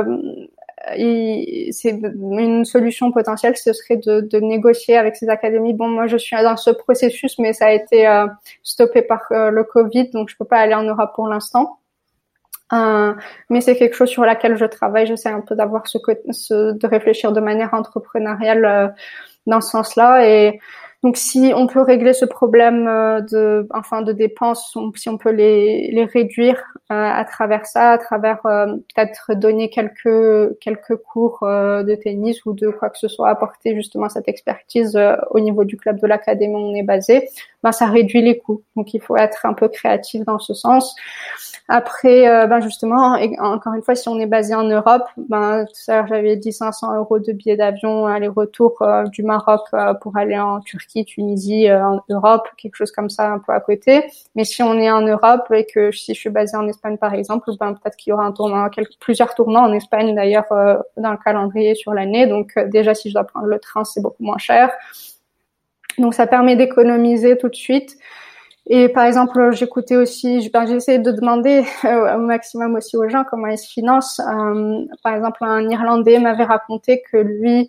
c'est une solution potentielle, ce serait de négocier avec ces académies. Bon, moi, je suis dans ce processus, mais ça a été stoppé par le Covid, donc je peux pas aller en Europe pour l'instant. Mais c'est quelque chose sur laquelle je travaille. J'essaie un peu d'avoir de réfléchir de manière entrepreneuriale dans ce sens-là. Et donc, si on peut régler ce problème de dépenses, si on peut les réduire à travers ça, à travers peut-être donner quelques cours de tennis ou de quoi que ce soit, apporter justement cette expertise au niveau du club de l'académie où on est basé, ben ça réduit les coûts. Donc, il faut être un peu créatif dans ce sens. Après, justement, encore une fois, si on est basé en Europe, tout à l'heure j'avais dit 500 € de billets d'avion aller-retour du Maroc pour aller en Turquie, Tunisie, en Europe, quelque chose comme ça un peu à côté. Mais si on est en Europe et que si je suis basée en Espagne par exemple, peut-être qu'il y aura plusieurs tournois en Espagne d'ailleurs dans le calendrier sur l'année. Donc déjà si je dois prendre le train, c'est beaucoup moins cher. Donc ça permet d'économiser tout de suite. Et par exemple, j'écoutais aussi, j'ai essayé de demander au maximum aussi aux gens comment ils se financent. Par exemple, un Irlandais m'avait raconté que lui,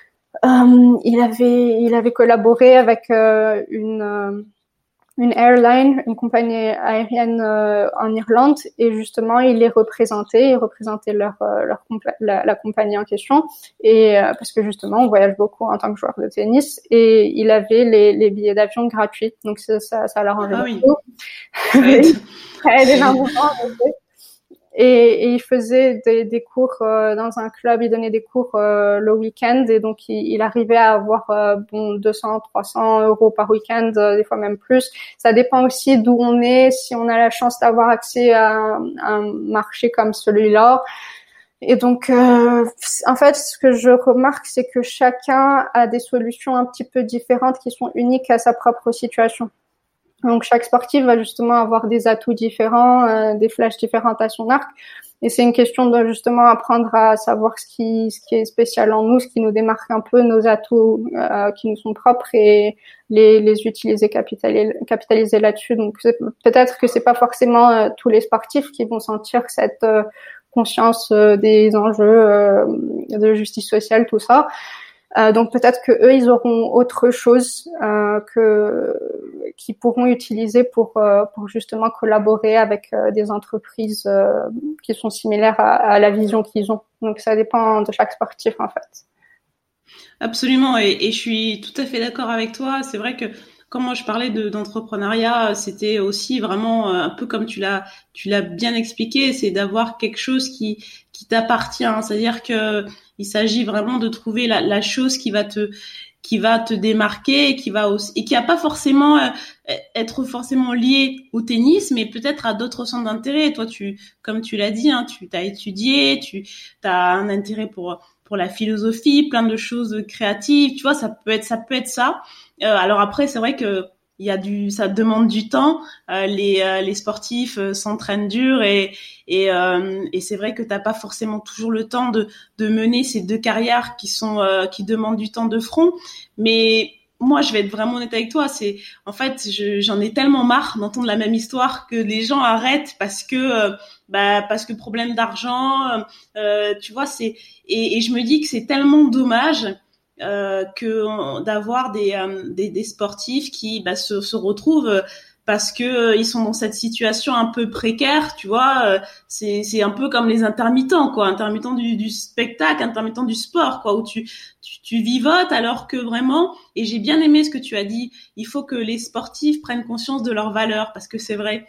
il avait collaboré avec une airline, une compagnie aérienne en Irlande, et justement il représentait la compagnie en question, et parce que justement on voyage beaucoup en tant que joueur de tennis, et il avait les billets d'avion gratuits, donc ça l'arrangeait beaucoup. Ça aide. Ça aide énormément. Et il faisait des cours dans un club, il donnait des cours le week-end, et donc il arrivait à avoir 200, 300 € par week-end, des fois même plus. Ça dépend aussi d'où on est, si on a la chance d'avoir accès à un marché comme celui-là. Et donc, en fait, ce que je remarque, c'est que chacun a des solutions un petit peu différentes qui sont uniques à sa propre situation. Donc, chaque sportif va justement avoir des atouts différents, des flèches différentes à son arc. Et c'est une question de justement apprendre à savoir ce qui est spécial en nous, ce qui nous démarque un peu, nos atouts qui nous sont propres, et les utiliser, capitaliser là-dessus. Donc, peut-être que c'est pas forcément tous les sportifs qui vont sentir cette conscience des enjeux de justice sociale, tout ça. Donc peut-être que eux, ils auront autre chose qu'ils pourront utiliser pour justement collaborer avec des entreprises qui sont similaires à la vision qu'ils ont. Donc ça dépend de chaque sportif en fait. Absolument, et je suis tout à fait d'accord avec toi. C'est vrai que quand moi je parlais d'entrepreneuriat, c'était aussi vraiment un peu comme tu l'as bien expliqué, c'est d'avoir quelque chose qui t'appartient. C'est-à-dire que il s'agit vraiment de trouver la chose qui va te démarquer, et qui a pas forcément être forcément lié au tennis, mais peut-être à d'autres centres d'intérêt. Toi, comme tu l'as dit, hein, tu t'as étudié, tu as un intérêt pour la philosophie, plein de choses créatives, tu vois, ça peut être ça. Alors après, c'est vrai que ça demande du temps. Les sportifs s'entraînent dur, et c'est vrai que t'as pas forcément toujours le temps de mener ces deux carrières qui demandent du temps de front. Mais moi, je vais être vraiment honnête avec toi. C'est, en fait, j'en ai tellement marre d'entendre la même histoire que les gens arrêtent parce que problème d'argent. Tu vois, et je me dis que c'est tellement dommage que d'avoir des sportifs qui se retrouvent parce que ils sont dans cette situation un peu précaire, tu vois. C'est un peu comme les intermittents, quoi, intermittents du spectacle, intermittents du sport, quoi, où tu vivotes alors que vraiment, et j'ai bien aimé ce que tu as dit, il faut que les sportifs prennent conscience de leurs valeurs, parce que c'est vrai.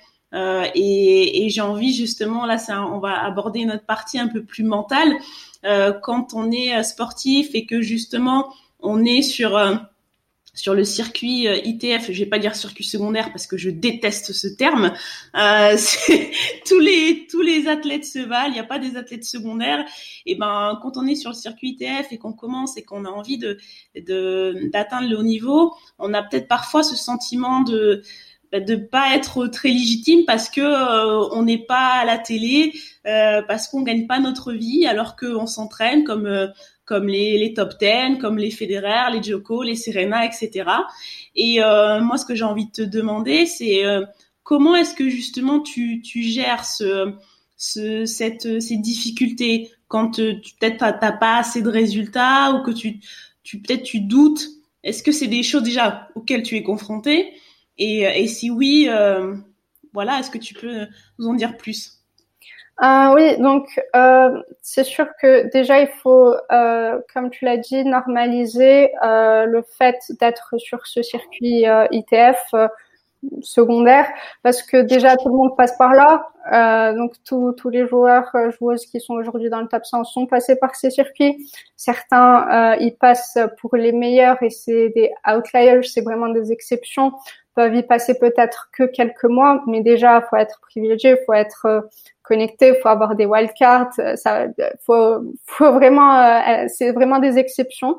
Et j'ai envie justement, là, on va aborder notre partie un peu plus mentale. Quand on est sportif et que justement on est sur le circuit ITF, je vais pas dire circuit secondaire parce que je déteste ce terme. C'est, tous les athlètes se valent, il n'y a pas des athlètes secondaires. Et ben quand on est sur le circuit ITF et qu'on commence et qu'on a envie d'atteindre le haut niveau, on a peut-être parfois ce sentiment de pas être très légitime parce que on n'est pas à la télé, parce qu'on gagne pas notre vie alors qu'on s'entraîne comme les top 10, comme les Federer, les Djoko, les Serena, etc. Et moi, ce que j'ai envie de te demander, c'est comment est-ce que justement tu gères ces difficultés quand peut-être t'as pas assez de résultats ou que peut-être tu doutes. Est-ce que c'est des choses déjà auxquelles tu es confronté? Et si oui, voilà, est-ce que tu peux nous en dire plus? Oui, donc c'est sûr que déjà il faut, comme tu l'as dit, normaliser le fait d'être sur ce circuit ITF secondaire, parce que déjà tout le monde passe par là. Donc tous les joueurs, joueuses qui sont aujourd'hui dans le top 100 sont passés par ces circuits. Certains y passent pour les meilleurs et c'est des outliers, c'est vraiment des exceptions. Peuvent y passer peut-être que quelques mois, mais déjà faut être privilégié, faut être connecté, faut avoir des wildcards, faut vraiment, c'est vraiment des exceptions.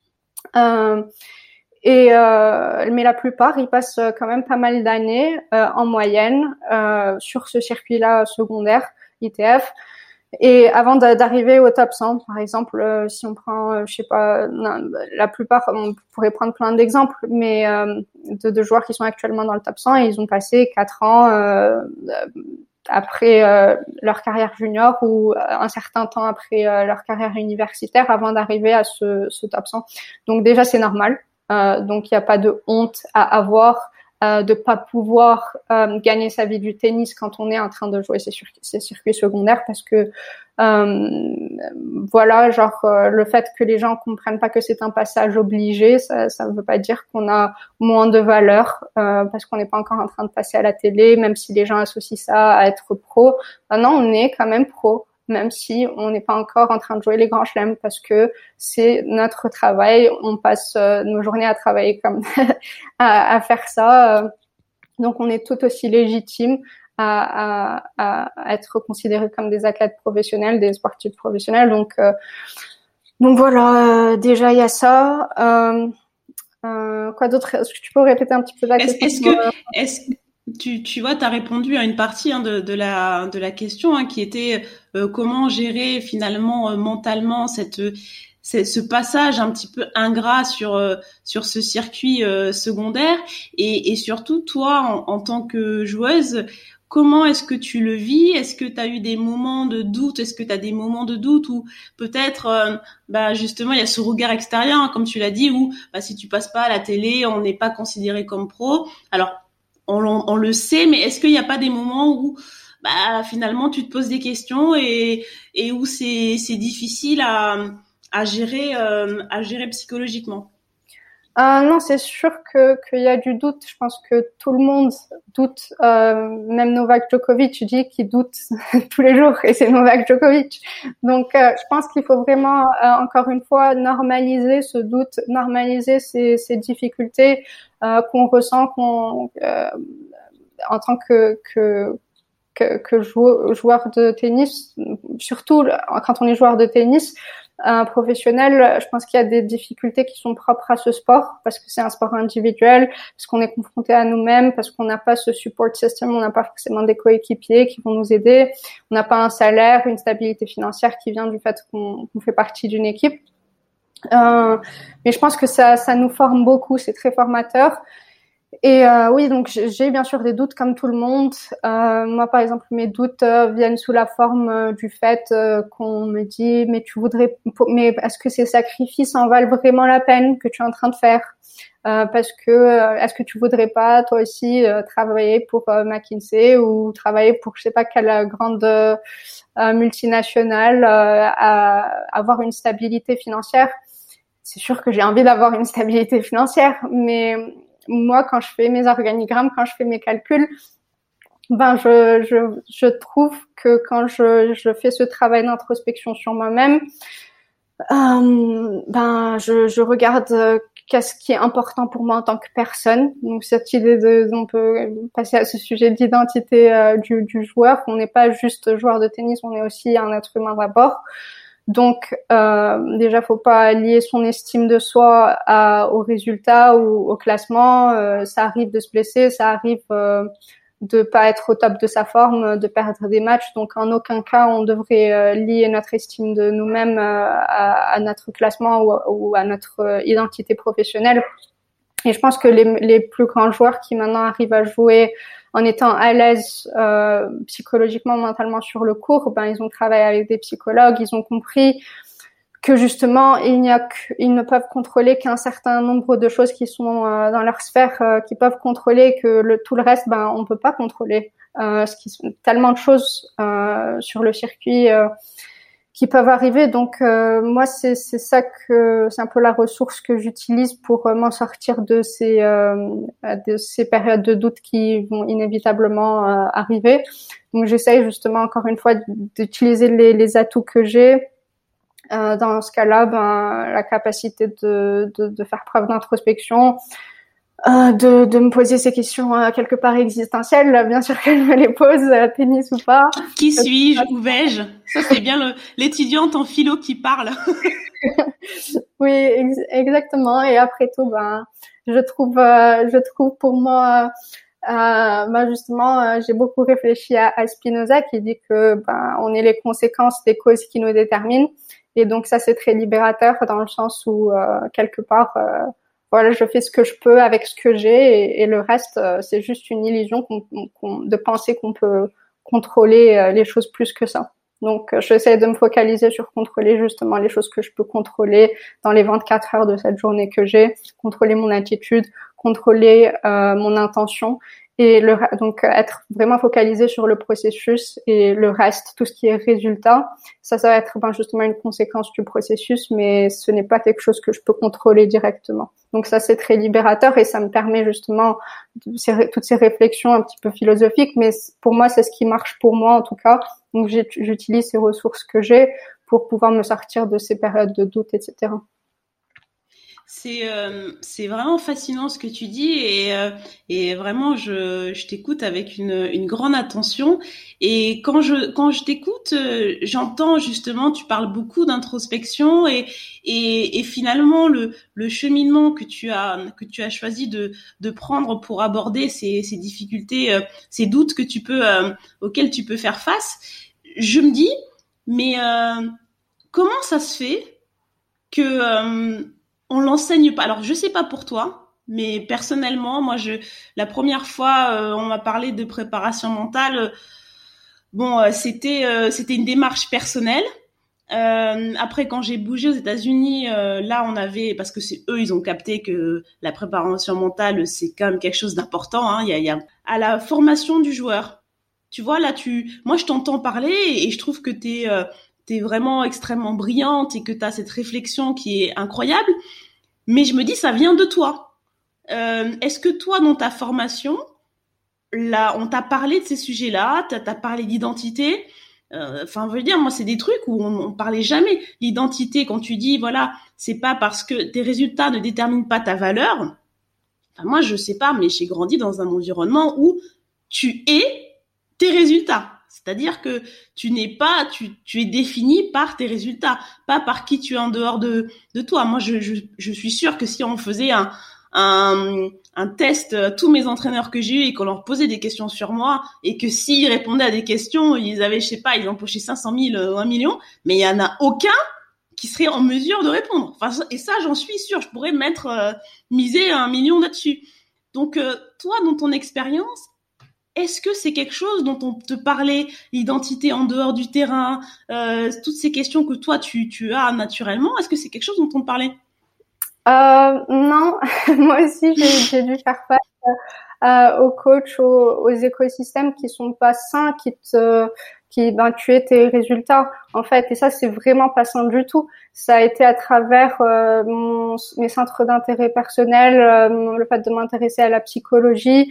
Mais la plupart, ils passent quand même pas mal d'années en moyenne sur ce circuit-là secondaire ITF. Et avant d'arriver au top 100, par exemple, si on prend, je sais pas, la plupart, on pourrait prendre plein d'exemples, mais de joueurs qui sont actuellement dans le top 100, et ils ont passé 4 ans après leur carrière junior ou un certain temps après leur carrière universitaire avant d'arriver à ce top 100. Donc déjà, c'est normal. Donc il n'y a pas de honte à avoir de pas pouvoir gagner sa vie du tennis quand on est en train de jouer ces circuits secondaires, parce que voilà, genre le fait que les gens comprennent pas que c'est un passage obligé, ça veut pas dire qu'on a moins de valeur parce qu'on n'est pas encore en train de passer à la télé, même si les gens associent ça à être pro. Non, on est quand même pro, même si on n'est pas encore en train de jouer les grands chelems, parce que c'est notre travail. On passe nos journées à travailler comme à faire ça. Donc, on est tout aussi légitime à être considérés comme des athlètes professionnels, des sportifs professionnels. Donc voilà, déjà il y a ça. Quoi d'autre? Est-ce que tu peux répéter un petit peu la question? Est-ce que tu vois, tu as répondu à une partie de la question qui était comment gérer finalement mentalement ce passage un petit peu ingrat sur ce circuit secondaire, et surtout toi en tant que joueuse, comment est-ce que tu le vis? Est-ce que tu as eu des moments de doute? Est-ce que tu as des moments de doute où peut-être justement il y a ce regard extérieur, comme tu l'as dit, où si tu passes pas à la télé, on n'est pas considéré comme pro. Alors on le sait, mais est-ce qu'il n'y a pas des moments où finalement tu te poses des questions et où c'est difficile à gérer psychologiquement? Non, c'est sûr qu'il y a du doute. Je pense que tout le monde doute. Même Novak Djokovic dit qu'il doute tous les jours, et c'est Novak Djokovic. Donc, je pense qu'il faut vraiment, encore une fois, normaliser ce doute, normaliser ces difficultés qu'on ressent, en tant que joueur de tennis, surtout quand on est joueur de tennis professionnel. Je pense qu'il y a des difficultés qui sont propres à ce sport, parce que c'est un sport individuel, parce qu'on est confronté à nous-mêmes, parce qu'on n'a pas ce support system, on n'a pas forcément des coéquipiers qui vont nous aider, on n'a pas un salaire, une stabilité financière qui vient du fait qu'on fait partie d'une équipe. Mais je pense que ça nous forme beaucoup, c'est très formateur. Et oui, donc j'ai bien sûr des doutes comme tout le monde. Moi, par exemple, mes doutes viennent sous la forme du fait qu'on me dit mais mais est-ce que ces sacrifices en valent vraiment la peine que tu es en train de faire? Parce que est-ce que tu voudrais pas toi aussi travailler pour McKinsey ou travailler pour je sais pas quelle grande multinationale, avoir une stabilité financière? C'est sûr que j'ai envie d'avoir une stabilité financière, mais moi, quand je fais mes organigrammes, quand je fais mes calculs, ben je trouve que quand je fais ce travail d'introspection sur moi-même, ben je regarde qu'est-ce qui est important pour moi en tant que personne. Donc cette idée on peut passer à ce sujet d'identité du joueur. On n'est pas juste joueur de tennis, on est aussi un être humain d'abord. Donc déjà, faut pas lier son estime de soi au résultat ou au classement. Ça arrive de se blesser, ça arrive de pas être au top de sa forme, de perdre des matchs. Donc en aucun cas on devrait lier notre estime de nous-mêmes à notre classement ou à notre identité professionnelle. Et je pense que les plus grands joueurs qui maintenant arrivent à jouer en étant à l'aise psychologiquement, mentalement sur le court, ben ils ont travaillé avec des psychologues, ils ont compris que justement ils ne peuvent contrôler qu'un certain nombre de choses qui sont dans leur sphère, qui peuvent contrôler, que tout le reste, ben on peut pas contrôler. Tellement de choses sur le circuit qui peuvent arriver. Donc moi c'est un peu la ressource que j'utilise pour m'en sortir de ces périodes de doute qui vont inévitablement arriver. Donc j'essaye justement encore une fois d'utiliser les atouts que j'ai. Dans ce cas-là, ben la capacité de faire preuve d'introspection, de me poser ces questions quelque part existentielles, bien sûr qu'elle me les pose, tennis ou pas. Qui suis-je? Où vais-je? Ça, c'est bien l'étudiante en philo qui parle. Oui, exactement. Et après tout, ben, je trouve pour moi, ben justement, j'ai beaucoup réfléchi à Spinoza qui dit que ben on est les conséquences des causes qui nous déterminent. Et donc ça, c'est très libérateur dans le sens où quelque part, voilà, je fais ce que je peux avec ce que j'ai et le reste, c'est juste une illusion de penser qu'on peut contrôler les choses plus que ça. Donc, j'essaie de me focaliser sur contrôler justement les choses que je peux contrôler dans les 24 heures de cette journée que j'ai, contrôler mon attitude, contrôler mon intention et donc être vraiment focalisé sur le processus et le reste, tout ce qui est résultat, ça va être justement une conséquence du processus, mais ce n'est pas quelque chose que je peux contrôler directement. Donc ça, c'est très libérateur et ça me permet justement toutes ces réflexions un petit peu philosophiques, mais pour moi, c'est ce qui marche pour moi en tout cas. Donc j'utilise ces ressources que j'ai pour pouvoir me sortir de ces périodes de doute, etc. C'est vraiment fascinant ce que tu dis et vraiment je t'écoute avec une grande attention et quand je t'écoute j'entends justement tu parles beaucoup d'introspection et finalement le cheminement que tu as choisi de prendre pour aborder ces difficultés ces doutes que auxquels tu peux faire face. Je me dis mais comment ça se fait que on l'enseigne pas. Alors, je sais pas pour toi, mais personnellement, moi, la première fois, on m'a parlé de préparation mentale. C'était une démarche personnelle. Après, quand j'ai bougé aux États-Unis, là, on avait, parce que c'est eux, ils ont capté que la préparation mentale, c'est quand même quelque chose d'important. Hein. Il y a à la formation du joueur. Tu vois, là, moi, je t'entends parler et je trouve que t'es vraiment extrêmement brillante et que t'as cette réflexion qui est incroyable. Mais je me dis, ça vient de toi. Est-ce que toi, dans ta formation, là, on t'a parlé de ces sujets-là, t'as parlé d'identité. Enfin, je veux dire, moi, c'est des trucs où on parlait jamais. L'identité, quand tu dis, voilà, c'est pas parce que tes résultats ne déterminent pas ta valeur. Enfin, moi, je sais pas, mais j'ai grandi dans un environnement où tu es tes résultats. C'est-à-dire que tu es défini par tes résultats, pas par qui tu es en dehors de toi. Moi, je suis sûre que si on faisait un test à tous mes entraîneurs que j'ai eu et qu'on leur posait des questions sur moi et que s'ils répondaient à des questions, ils avaient, je sais pas, ils empochaient 500 000 ou 1 million, mais il y en a aucun qui serait en mesure de répondre. Enfin, et ça, j'en suis sûre. Je pourrais miser 1 million là-dessus. Donc, toi, dans ton expérience, est-ce que c'est quelque chose dont on te parlait, l'identité en dehors du terrain, toutes ces questions que toi, tu as naturellement, est-ce que c'est quelque chose dont on te parlait? Non, moi aussi, j'ai dû faire face aux coachs, aux écosystèmes qui sont pas sains, qui tuent tes résultats, en fait. Et ça, c'est vraiment pas sain du tout. Ça a été à travers mes centres d'intérêt personnel, le fait de m'intéresser à la psychologie.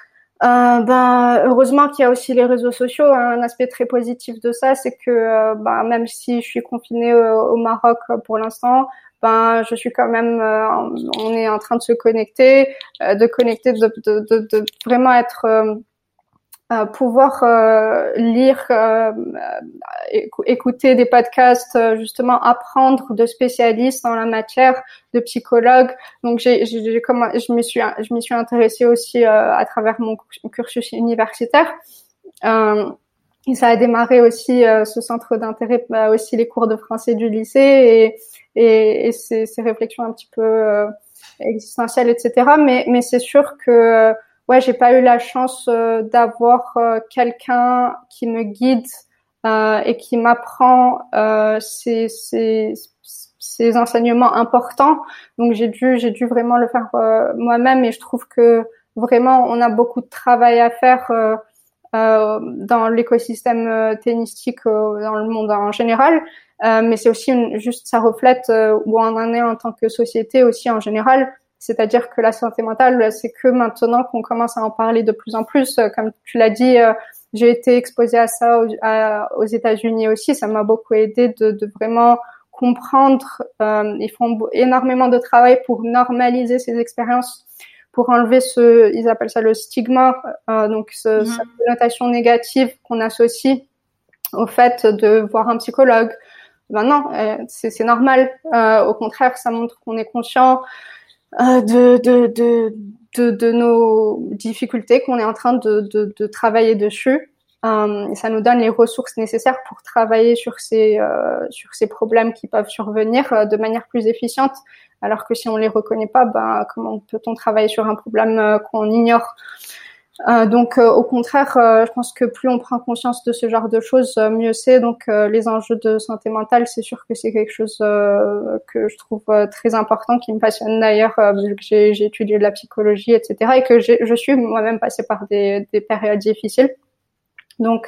Heureusement qu'il y a aussi les réseaux sociaux. Un aspect très positif de ça, c'est que même si je suis confinée au Maroc pour l'instant, je suis quand même, on est en train de se connecter, de vraiment être, pouvoir lire, écouter des podcasts, justement apprendre de spécialistes en la matière, de psychologues. Donc je m'y suis intéressée aussi à travers mon cursus universitaire. Et ça a démarré aussi ce centre d'intérêt, aussi les cours de français du lycée et ces réflexions un petit peu existentielles, etc. Mais c'est sûr que j'ai pas eu la chance d'avoir quelqu'un qui me guide et qui m'apprend ces enseignements importants. Donc j'ai dû vraiment le faire moi-même, et je trouve que vraiment on a beaucoup de travail à faire dans l'écosystème tennistique dans le monde en général, mais c'est aussi juste ça reflète où on en est en tant que société aussi en général. C'est-à-dire que la santé mentale, c'est que maintenant qu'on commence à en parler de plus en plus. Comme tu l'as dit, j'ai été exposée à ça aux États-Unis aussi. Ça m'a beaucoup aidé de vraiment comprendre. Ils font énormément de travail pour normaliser ces expériences, pour enlever ils appellent ça le stigma, cette connotation négative qu'on associe au fait de voir un psychologue. Non, c'est normal. Au contraire, ça montre qu'on est conscient de nos difficultés, qu'on est en train de travailler dessus. Et ça nous donne les ressources nécessaires pour travailler sur ces problèmes qui peuvent survenir de manière plus efficiente. Alors que si on les reconnaît pas, comment peut-on travailler sur un problème qu'on ignore? Au contraire, je pense que plus on prend conscience de ce genre de choses, mieux c'est. Donc les enjeux de santé mentale, c'est sûr que c'est quelque chose que je trouve très important, qui me passionne d'ailleurs, vu que j'ai étudié de la psychologie, etc. Et que je suis moi-même passée par des périodes difficiles. Donc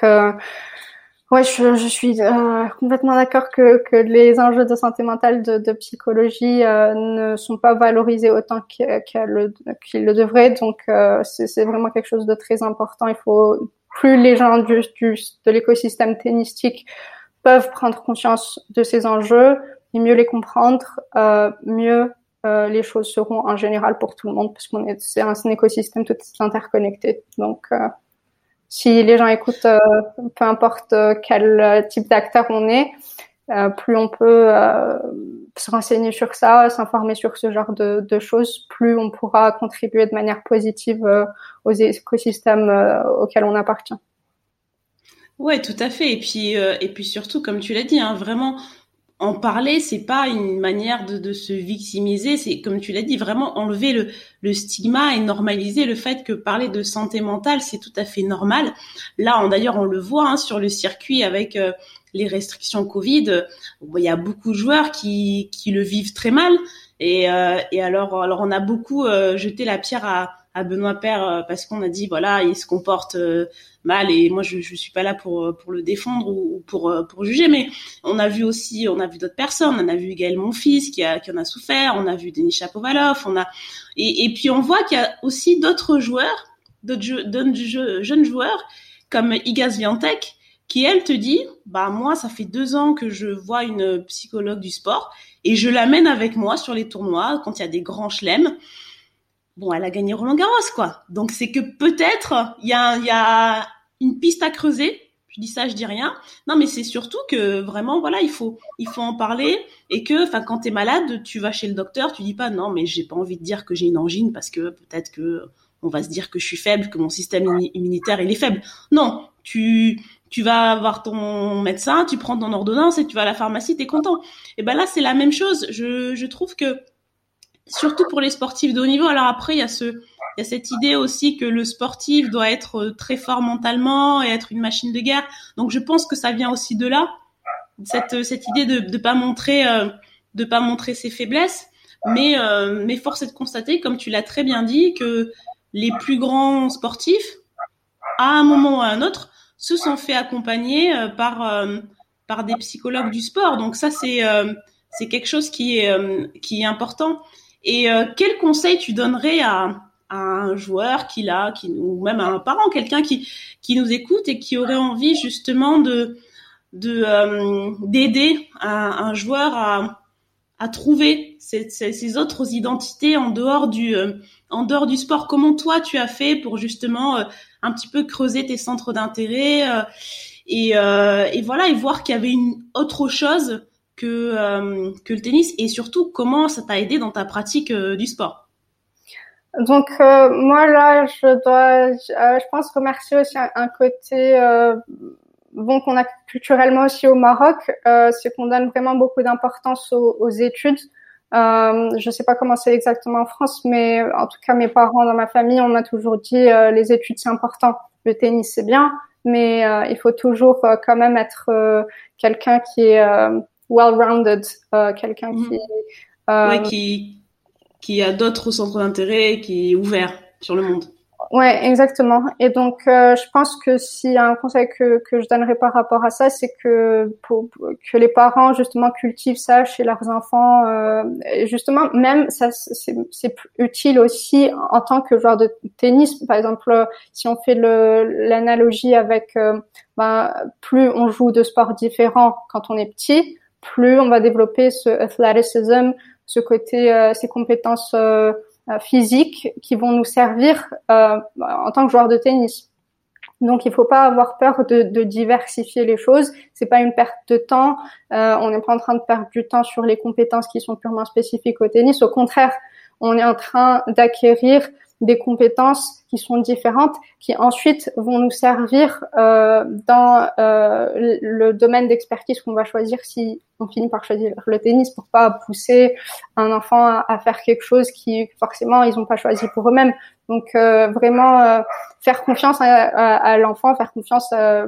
je suis complètement d'accord que les enjeux de santé mentale, de psychologie ne sont pas valorisés autant qu'ils le devraient. Donc c'est vraiment quelque chose de très important. Il faut, plus les gens de l'écosystème tennistique peuvent prendre conscience de ces enjeux et mieux les comprendre, mieux les choses seront en général pour tout le monde, parce c'est un écosystème tout interconnecté. Donc si les gens écoutent, peu importe quel type d'acteur on est, plus on peut se renseigner sur ça, s'informer sur ce genre de choses, plus on pourra contribuer de manière positive aux écosystèmes auxquels on appartient. Ouais, tout à fait. Et puis surtout, comme tu l'as dit, vraiment en parler, c'est pas une manière de se victimiser, c'est, comme tu l'as dit, vraiment enlever le stigma et normaliser le fait que parler de santé mentale, c'est tout à fait normal. Là, d'ailleurs, on le voit sur le circuit avec les restrictions Covid. Il y a beaucoup de joueurs qui le vivent très mal. Et alors on a beaucoup jeté la pierre à Benoît Paire parce qu'on a dit voilà, il se comporte mal, et moi je suis pas là pour le défendre ou pour juger, mais on a vu d'autres personnes, on a vu Gaël Monfils qui en a souffert, on a vu Denis Shapovalov, et puis on voit qu'il y a aussi d'autres joueurs, jeunes joueurs comme Iga Swiatek qui elle te dit moi ça fait 2 ans que je vois une psychologue du sport et je l'amène avec moi sur les tournois quand il y a des grands chelems. Bon, elle a gagné Roland-Garros, quoi. Donc, c'est que peut-être, il y a une piste à creuser. Je dis ça, je dis rien. Non, mais c'est surtout que vraiment, voilà, il faut en parler, et que, quand t'es malade, tu vas chez le docteur, tu dis pas, non, mais j'ai pas envie de dire que j'ai une angine parce que peut-être que on va se dire que je suis faible, que mon système immunitaire, il est faible. Non, tu tu vas voir ton médecin, tu prends ton ordonnance et tu vas à la pharmacie, t'es content. Et ben là, c'est la même chose. Je trouve que, surtout pour les sportifs de haut niveau, alors après, il y a cette idée aussi que le sportif doit être très fort mentalement et être une machine de guerre. Donc, je pense que ça vient aussi de là, cette idée de pas montrer ses faiblesses. Mais force est de constater, comme tu l'as très bien dit, que les plus grands sportifs, à un moment ou à un autre, se sont fait accompagner par des psychologues du sport. Donc ça, c'est quelque chose qui est important. Et quel conseil tu donnerais à un joueur ou même à un parent, quelqu'un qui nous écoute et qui aurait envie justement d'aider un joueur à trouver ces autres identités en dehors du sport? Comment toi tu as fait pour justement un petit peu creuser tes centres d'intérêt et voilà, et voir qu'il y avait une autre chose que le tennis, et surtout comment ça t'a aidé dans ta pratique du sport? Donc moi là, je pense remercier aussi un côté bon qu'on a culturellement aussi au Maroc, c'est qu'on donne vraiment beaucoup d'importance aux études. Je sais pas comment c'est exactement en France, mais en tout cas mes parents dans ma famille, on m'a toujours dit les études c'est important. Le tennis c'est bien, mais il faut toujours quand même être quelqu'un qui est well-rounded, quelqu'un qui oui, qui a d'autres centres d'intérêt, qui est ouvert sur le monde. Ouais, exactement. Et donc, je pense que s'il y a un conseil que je donnerais par rapport à ça, c'est que que les parents justement cultivent ça chez leurs enfants. Et justement, même ça, c'est utile aussi en tant que joueur de tennis. Par exemple, si on fait l'analogie avec, plus on joue de sports différents quand on est petit, plus on va développer ce athleticism, ce côté, ces compétences physiques qui vont nous servir en tant que joueur de tennis. Donc, il faut pas avoir peur de diversifier les choses. C'est pas une perte de temps. On n'est pas en train de perdre du temps sur les compétences qui sont purement spécifiques au tennis. Au contraire, on est en train d'acquérir des compétences qui sont différentes, qui ensuite vont nous servir dans le domaine d'expertise qu'on va choisir si on finit par choisir le tennis, pour pas pousser un enfant à faire quelque chose qui forcément ils n'ont pas choisi pour eux-mêmes. Donc vraiment faire confiance à l'enfant, faire confiance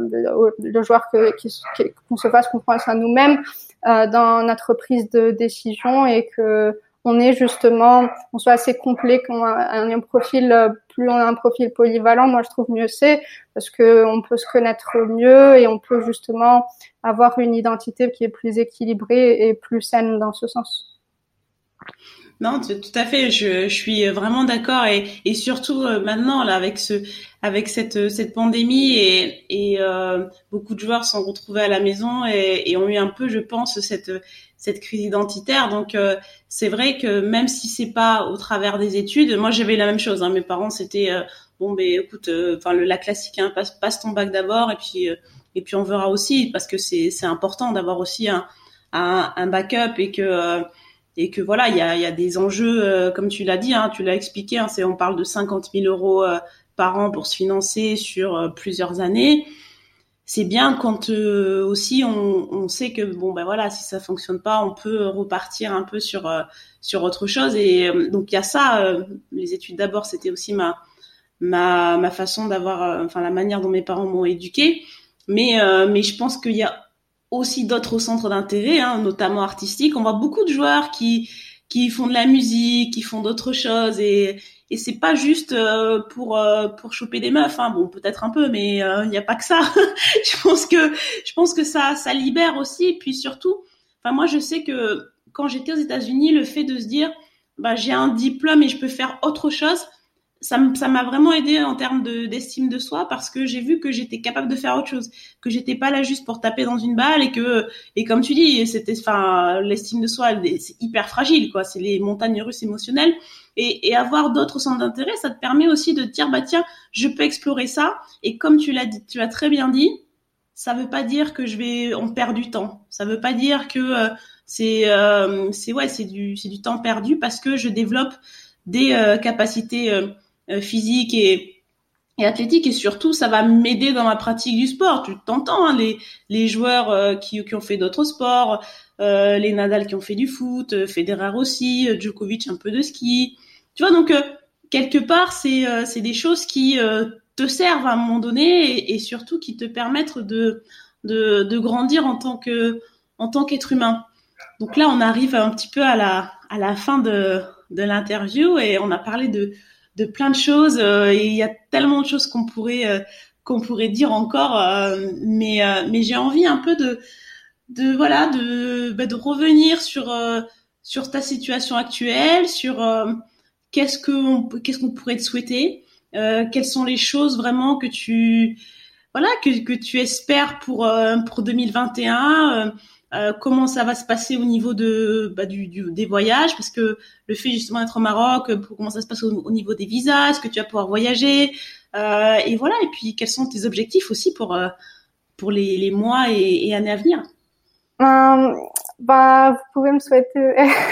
le joueur, qu'on se fasse confiance à nous-mêmes dans notre prise de décision, et que on soit assez complet, qu'on a un profil, plus on a un profil polyvalent, moi je trouve mieux c'est, parce que on peut se connaître mieux et on peut justement avoir une identité qui est plus équilibrée et plus saine dans ce sens. Non, tout à fait. Je suis vraiment d'accord, et surtout maintenant là avec cette pandémie, et beaucoup de joueurs sont retrouvés à la maison et ont eu un peu, je pense, cette crise identitaire. Donc c'est vrai que même si c'est pas au travers des études, moi j'avais la même chose. Mes parents c'était bon, ben écoute, la classique, passe ton bac d'abord et puis on verra aussi, parce que c'est important d'avoir aussi un backup, et que voilà, il y a des enjeux, comme tu l'as dit, tu l'as expliqué, on parle de 50 000 euros par an pour se financer sur plusieurs années. C'est bien quand aussi on sait que bon ben voilà, si ça fonctionne pas, on peut repartir un peu sur autre chose. Et donc il y a ça, les études d'abord, c'était aussi ma façon d'avoir, la manière dont mes parents m'ont éduquée. Mais je pense qu'il y a aussi d'autres centres d'intérêt, notamment artistiques. On voit beaucoup de joueurs qui font de la musique, qui font d'autres choses, et c'est pas juste pour choper des meufs. Bon, peut-être un peu, mais il y a pas que ça. je pense que ça libère aussi. Et puis surtout, moi je sais que quand j'étais aux États-Unis, le fait de se dire j'ai un diplôme et je peux faire autre chose, ça m'a vraiment aidé en termes d'estime de soi, parce que j'ai vu que j'étais capable de faire autre chose, que j'étais pas là juste pour taper dans une balle, et comme tu dis, l'estime de soi, c'est hyper fragile, quoi. C'est les montagnes russes émotionnelles, et avoir d'autres centres d'intérêt, ça te permet aussi de te dire tiens, je peux explorer ça. Et comme tu l'as très bien dit, ça veut pas dire que on perd du temps. Ça veut pas dire que c'est du temps perdu, parce que je développe des capacités physiques et athlétique, et surtout ça va m'aider dans ma pratique du sport. Tu t'entends, hein, les joueurs qui ont fait d'autres sports, les Nadal qui ont fait du foot, Federer aussi, Djokovic un peu de ski. Tu vois, donc quelque part c'est des choses qui te servent à un moment donné, et surtout qui te permettent de grandir en tant qu'être humain. Donc là, on arrive un petit peu à la fin de l'interview, et on a parlé de plein de choses, et il y a tellement de choses qu'on pourrait dire encore, mais j'ai envie un peu de revenir sur ta situation actuelle, sur qu'est-ce qu'on pourrait te souhaiter, quelles sont les choses vraiment que tu espères pour 2021. Comment ça va se passer au niveau des voyages, parce que le fait justement d'être au Maroc, comment ça se passe au niveau des visas, est-ce que tu vas pouvoir voyager, et voilà, et puis quels sont tes objectifs aussi pour les mois et années à venir. Vous pouvez me souhaiter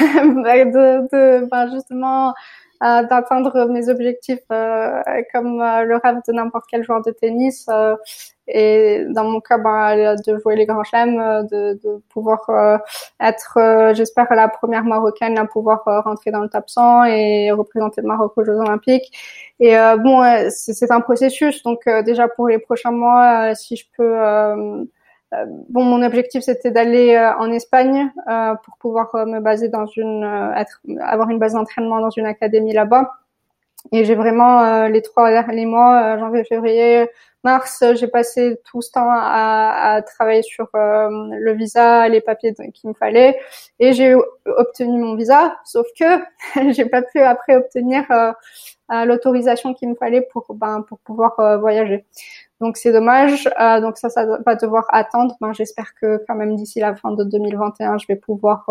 justement d'atteindre mes objectifs comme le rêve de n'importe quel joueur de tennis, et dans mon cas de jouer les grands chelems, de pouvoir être j'espère la première marocaine à pouvoir rentrer dans le top 100 et représenter le Maroc aux Jeux Olympiques. Et c'est un processus, donc déjà pour les prochains mois, si je peux mon objectif c'était d'aller en Espagne pour pouvoir me baser dans avoir une base d'entraînement dans une académie là-bas. Et j'ai vraiment les 3 derniers mois, janvier, février, mars, j'ai passé tout ce temps à travailler sur le visa, les papiers qu'il me fallait, et j'ai obtenu mon visa. Sauf que j'ai pas pu après obtenir l'autorisation qu'il me fallait pour pouvoir voyager. Donc c'est dommage. Donc ça va devoir attendre. J'espère que quand même d'ici la fin de 2021, je vais pouvoir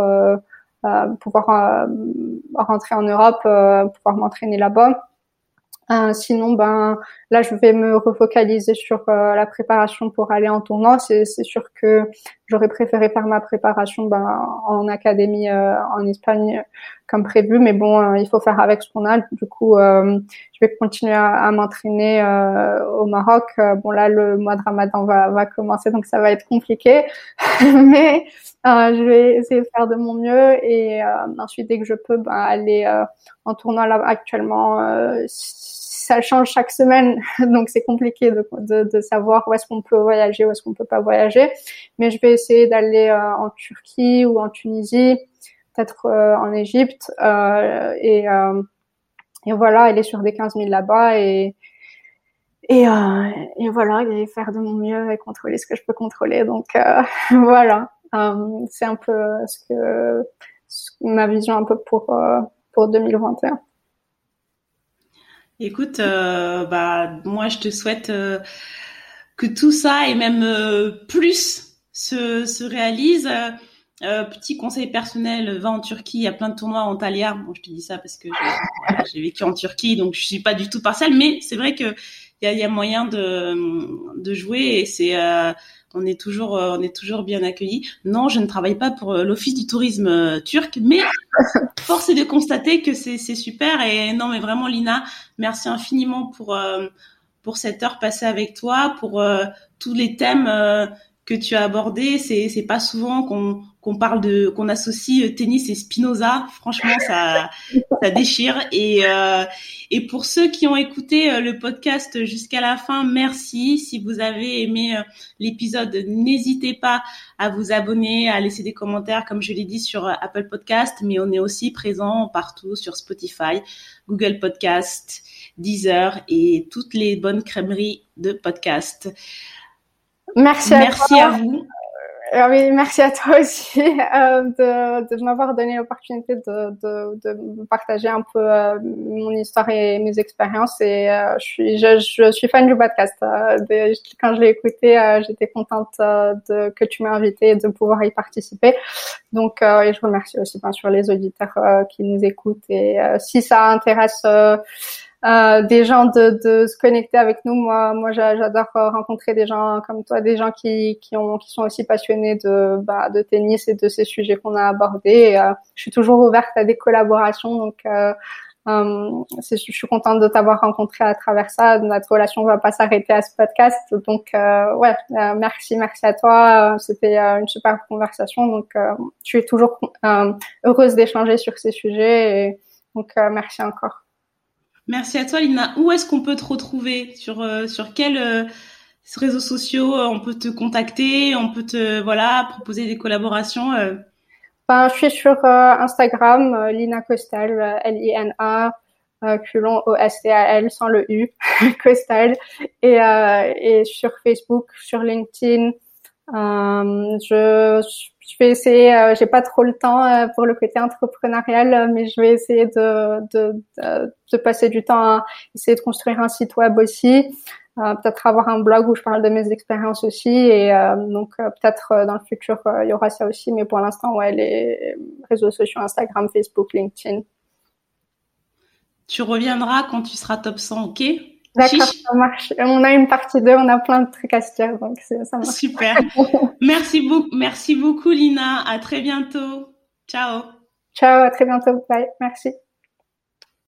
rentrer en Europe, pouvoir m'entraîner là-bas. Sinon, là, je vais me refocaliser sur la préparation pour aller en tournoi. C'est sûr que j'aurais préféré faire ma préparation en académie en Espagne comme prévu, mais bon, il faut faire avec ce qu'on a. Du coup, je vais continuer à m'entraîner au Maroc. Là, le mois de Ramadan va commencer, donc ça va être compliqué, mais je vais essayer de faire de mon mieux, et ensuite, dès que je peux, aller en tournoi. Là, actuellement, ça change chaque semaine, donc c'est compliqué de savoir où est-ce qu'on peut voyager, où est-ce qu'on peut pas voyager. Mais je vais essayer d'aller en Turquie ou en Tunisie, peut-être en Égypte, et voilà, aller sur des 15 000 là-bas, et voilà, et faire de mon mieux et contrôler ce que je peux contrôler. Donc voilà, c'est un peu ma vision un peu pour 2021. Écoute, moi je te souhaite que tout ça et même plus se réalise. Petit conseil personnel, va en Turquie, il y a plein de tournois en Antalya. Bon, je te dis ça parce que j'ai vécu en Turquie, donc je suis pas du tout partiale, mais c'est vrai que il y a moyen de jouer, et c'est on est toujours bien accueillis. Non, je ne travaille pas pour l'Office du tourisme turc, mais force est de constater que c'est super. Et non, mais vraiment, Lina, merci infiniment pour cette heure passée avec toi, pour tous les thèmes que tu as abordés. C'est pas souvent qu'on associe tennis et Spinoza. Franchement, ça déchire. Et pour ceux qui ont écouté le podcast jusqu'à la fin, merci. Si vous avez aimé l'épisode, n'hésitez pas à vous abonner, à laisser des commentaires, comme je l'ai dit, sur Apple Podcast, mais on est aussi présent partout sur Spotify, Google Podcast, Deezer et toutes les bonnes crèmeries de podcast. Merci à vous. Oui, merci à toi aussi de m'avoir donné l'opportunité de partager un peu mon histoire et mes expériences. Et je suis fan du podcast. Quand je l'ai écouté, j'étais contente que tu m'aies invitée et de pouvoir y participer. Donc, et je remercie aussi bien sûr les auditeurs qui nous écoutent. Et si ça intéresse des gens de se connecter avec nous. Moi j'adore rencontrer des gens comme toi, des gens qui sont aussi passionnés de tennis et de ces sujets qu'on a abordés. Et, je suis toujours ouverte à des collaborations, donc Je suis contente de t'avoir rencontré à travers ça. Notre relation va pas s'arrêter à ce podcast. Donc, merci à toi. C'était une super conversation. Donc, je suis toujours heureuse d'échanger sur ces sujets. Et donc, merci encore. Merci à toi, Lina. Où est-ce qu'on peut te retrouver? Sur quels réseaux sociaux on peut te contacter? On peut te proposer des collaborations? Je suis sur Instagram, Lina Costal, Lina, culon Ostal sans le U, Costal, et sur Facebook, sur LinkedIn. Je vais essayer. J'ai pas trop le temps pour le côté entrepreneurial, mais je vais essayer de passer du temps à essayer de construire un site web aussi. Peut-être avoir un blog où je parle de mes expériences aussi, et donc peut-être dans le futur il y aura ça aussi, mais pour l'instant les réseaux sociaux, Instagram, Facebook, LinkedIn. Tu reviendras quand tu seras top 100, ok? D'accord, ça marche. On a une partie 2, on a plein de trucs à se dire, donc ça marche. Super. Merci beaucoup Lina, à très bientôt. Ciao. Ciao, à très bientôt. Bye, merci.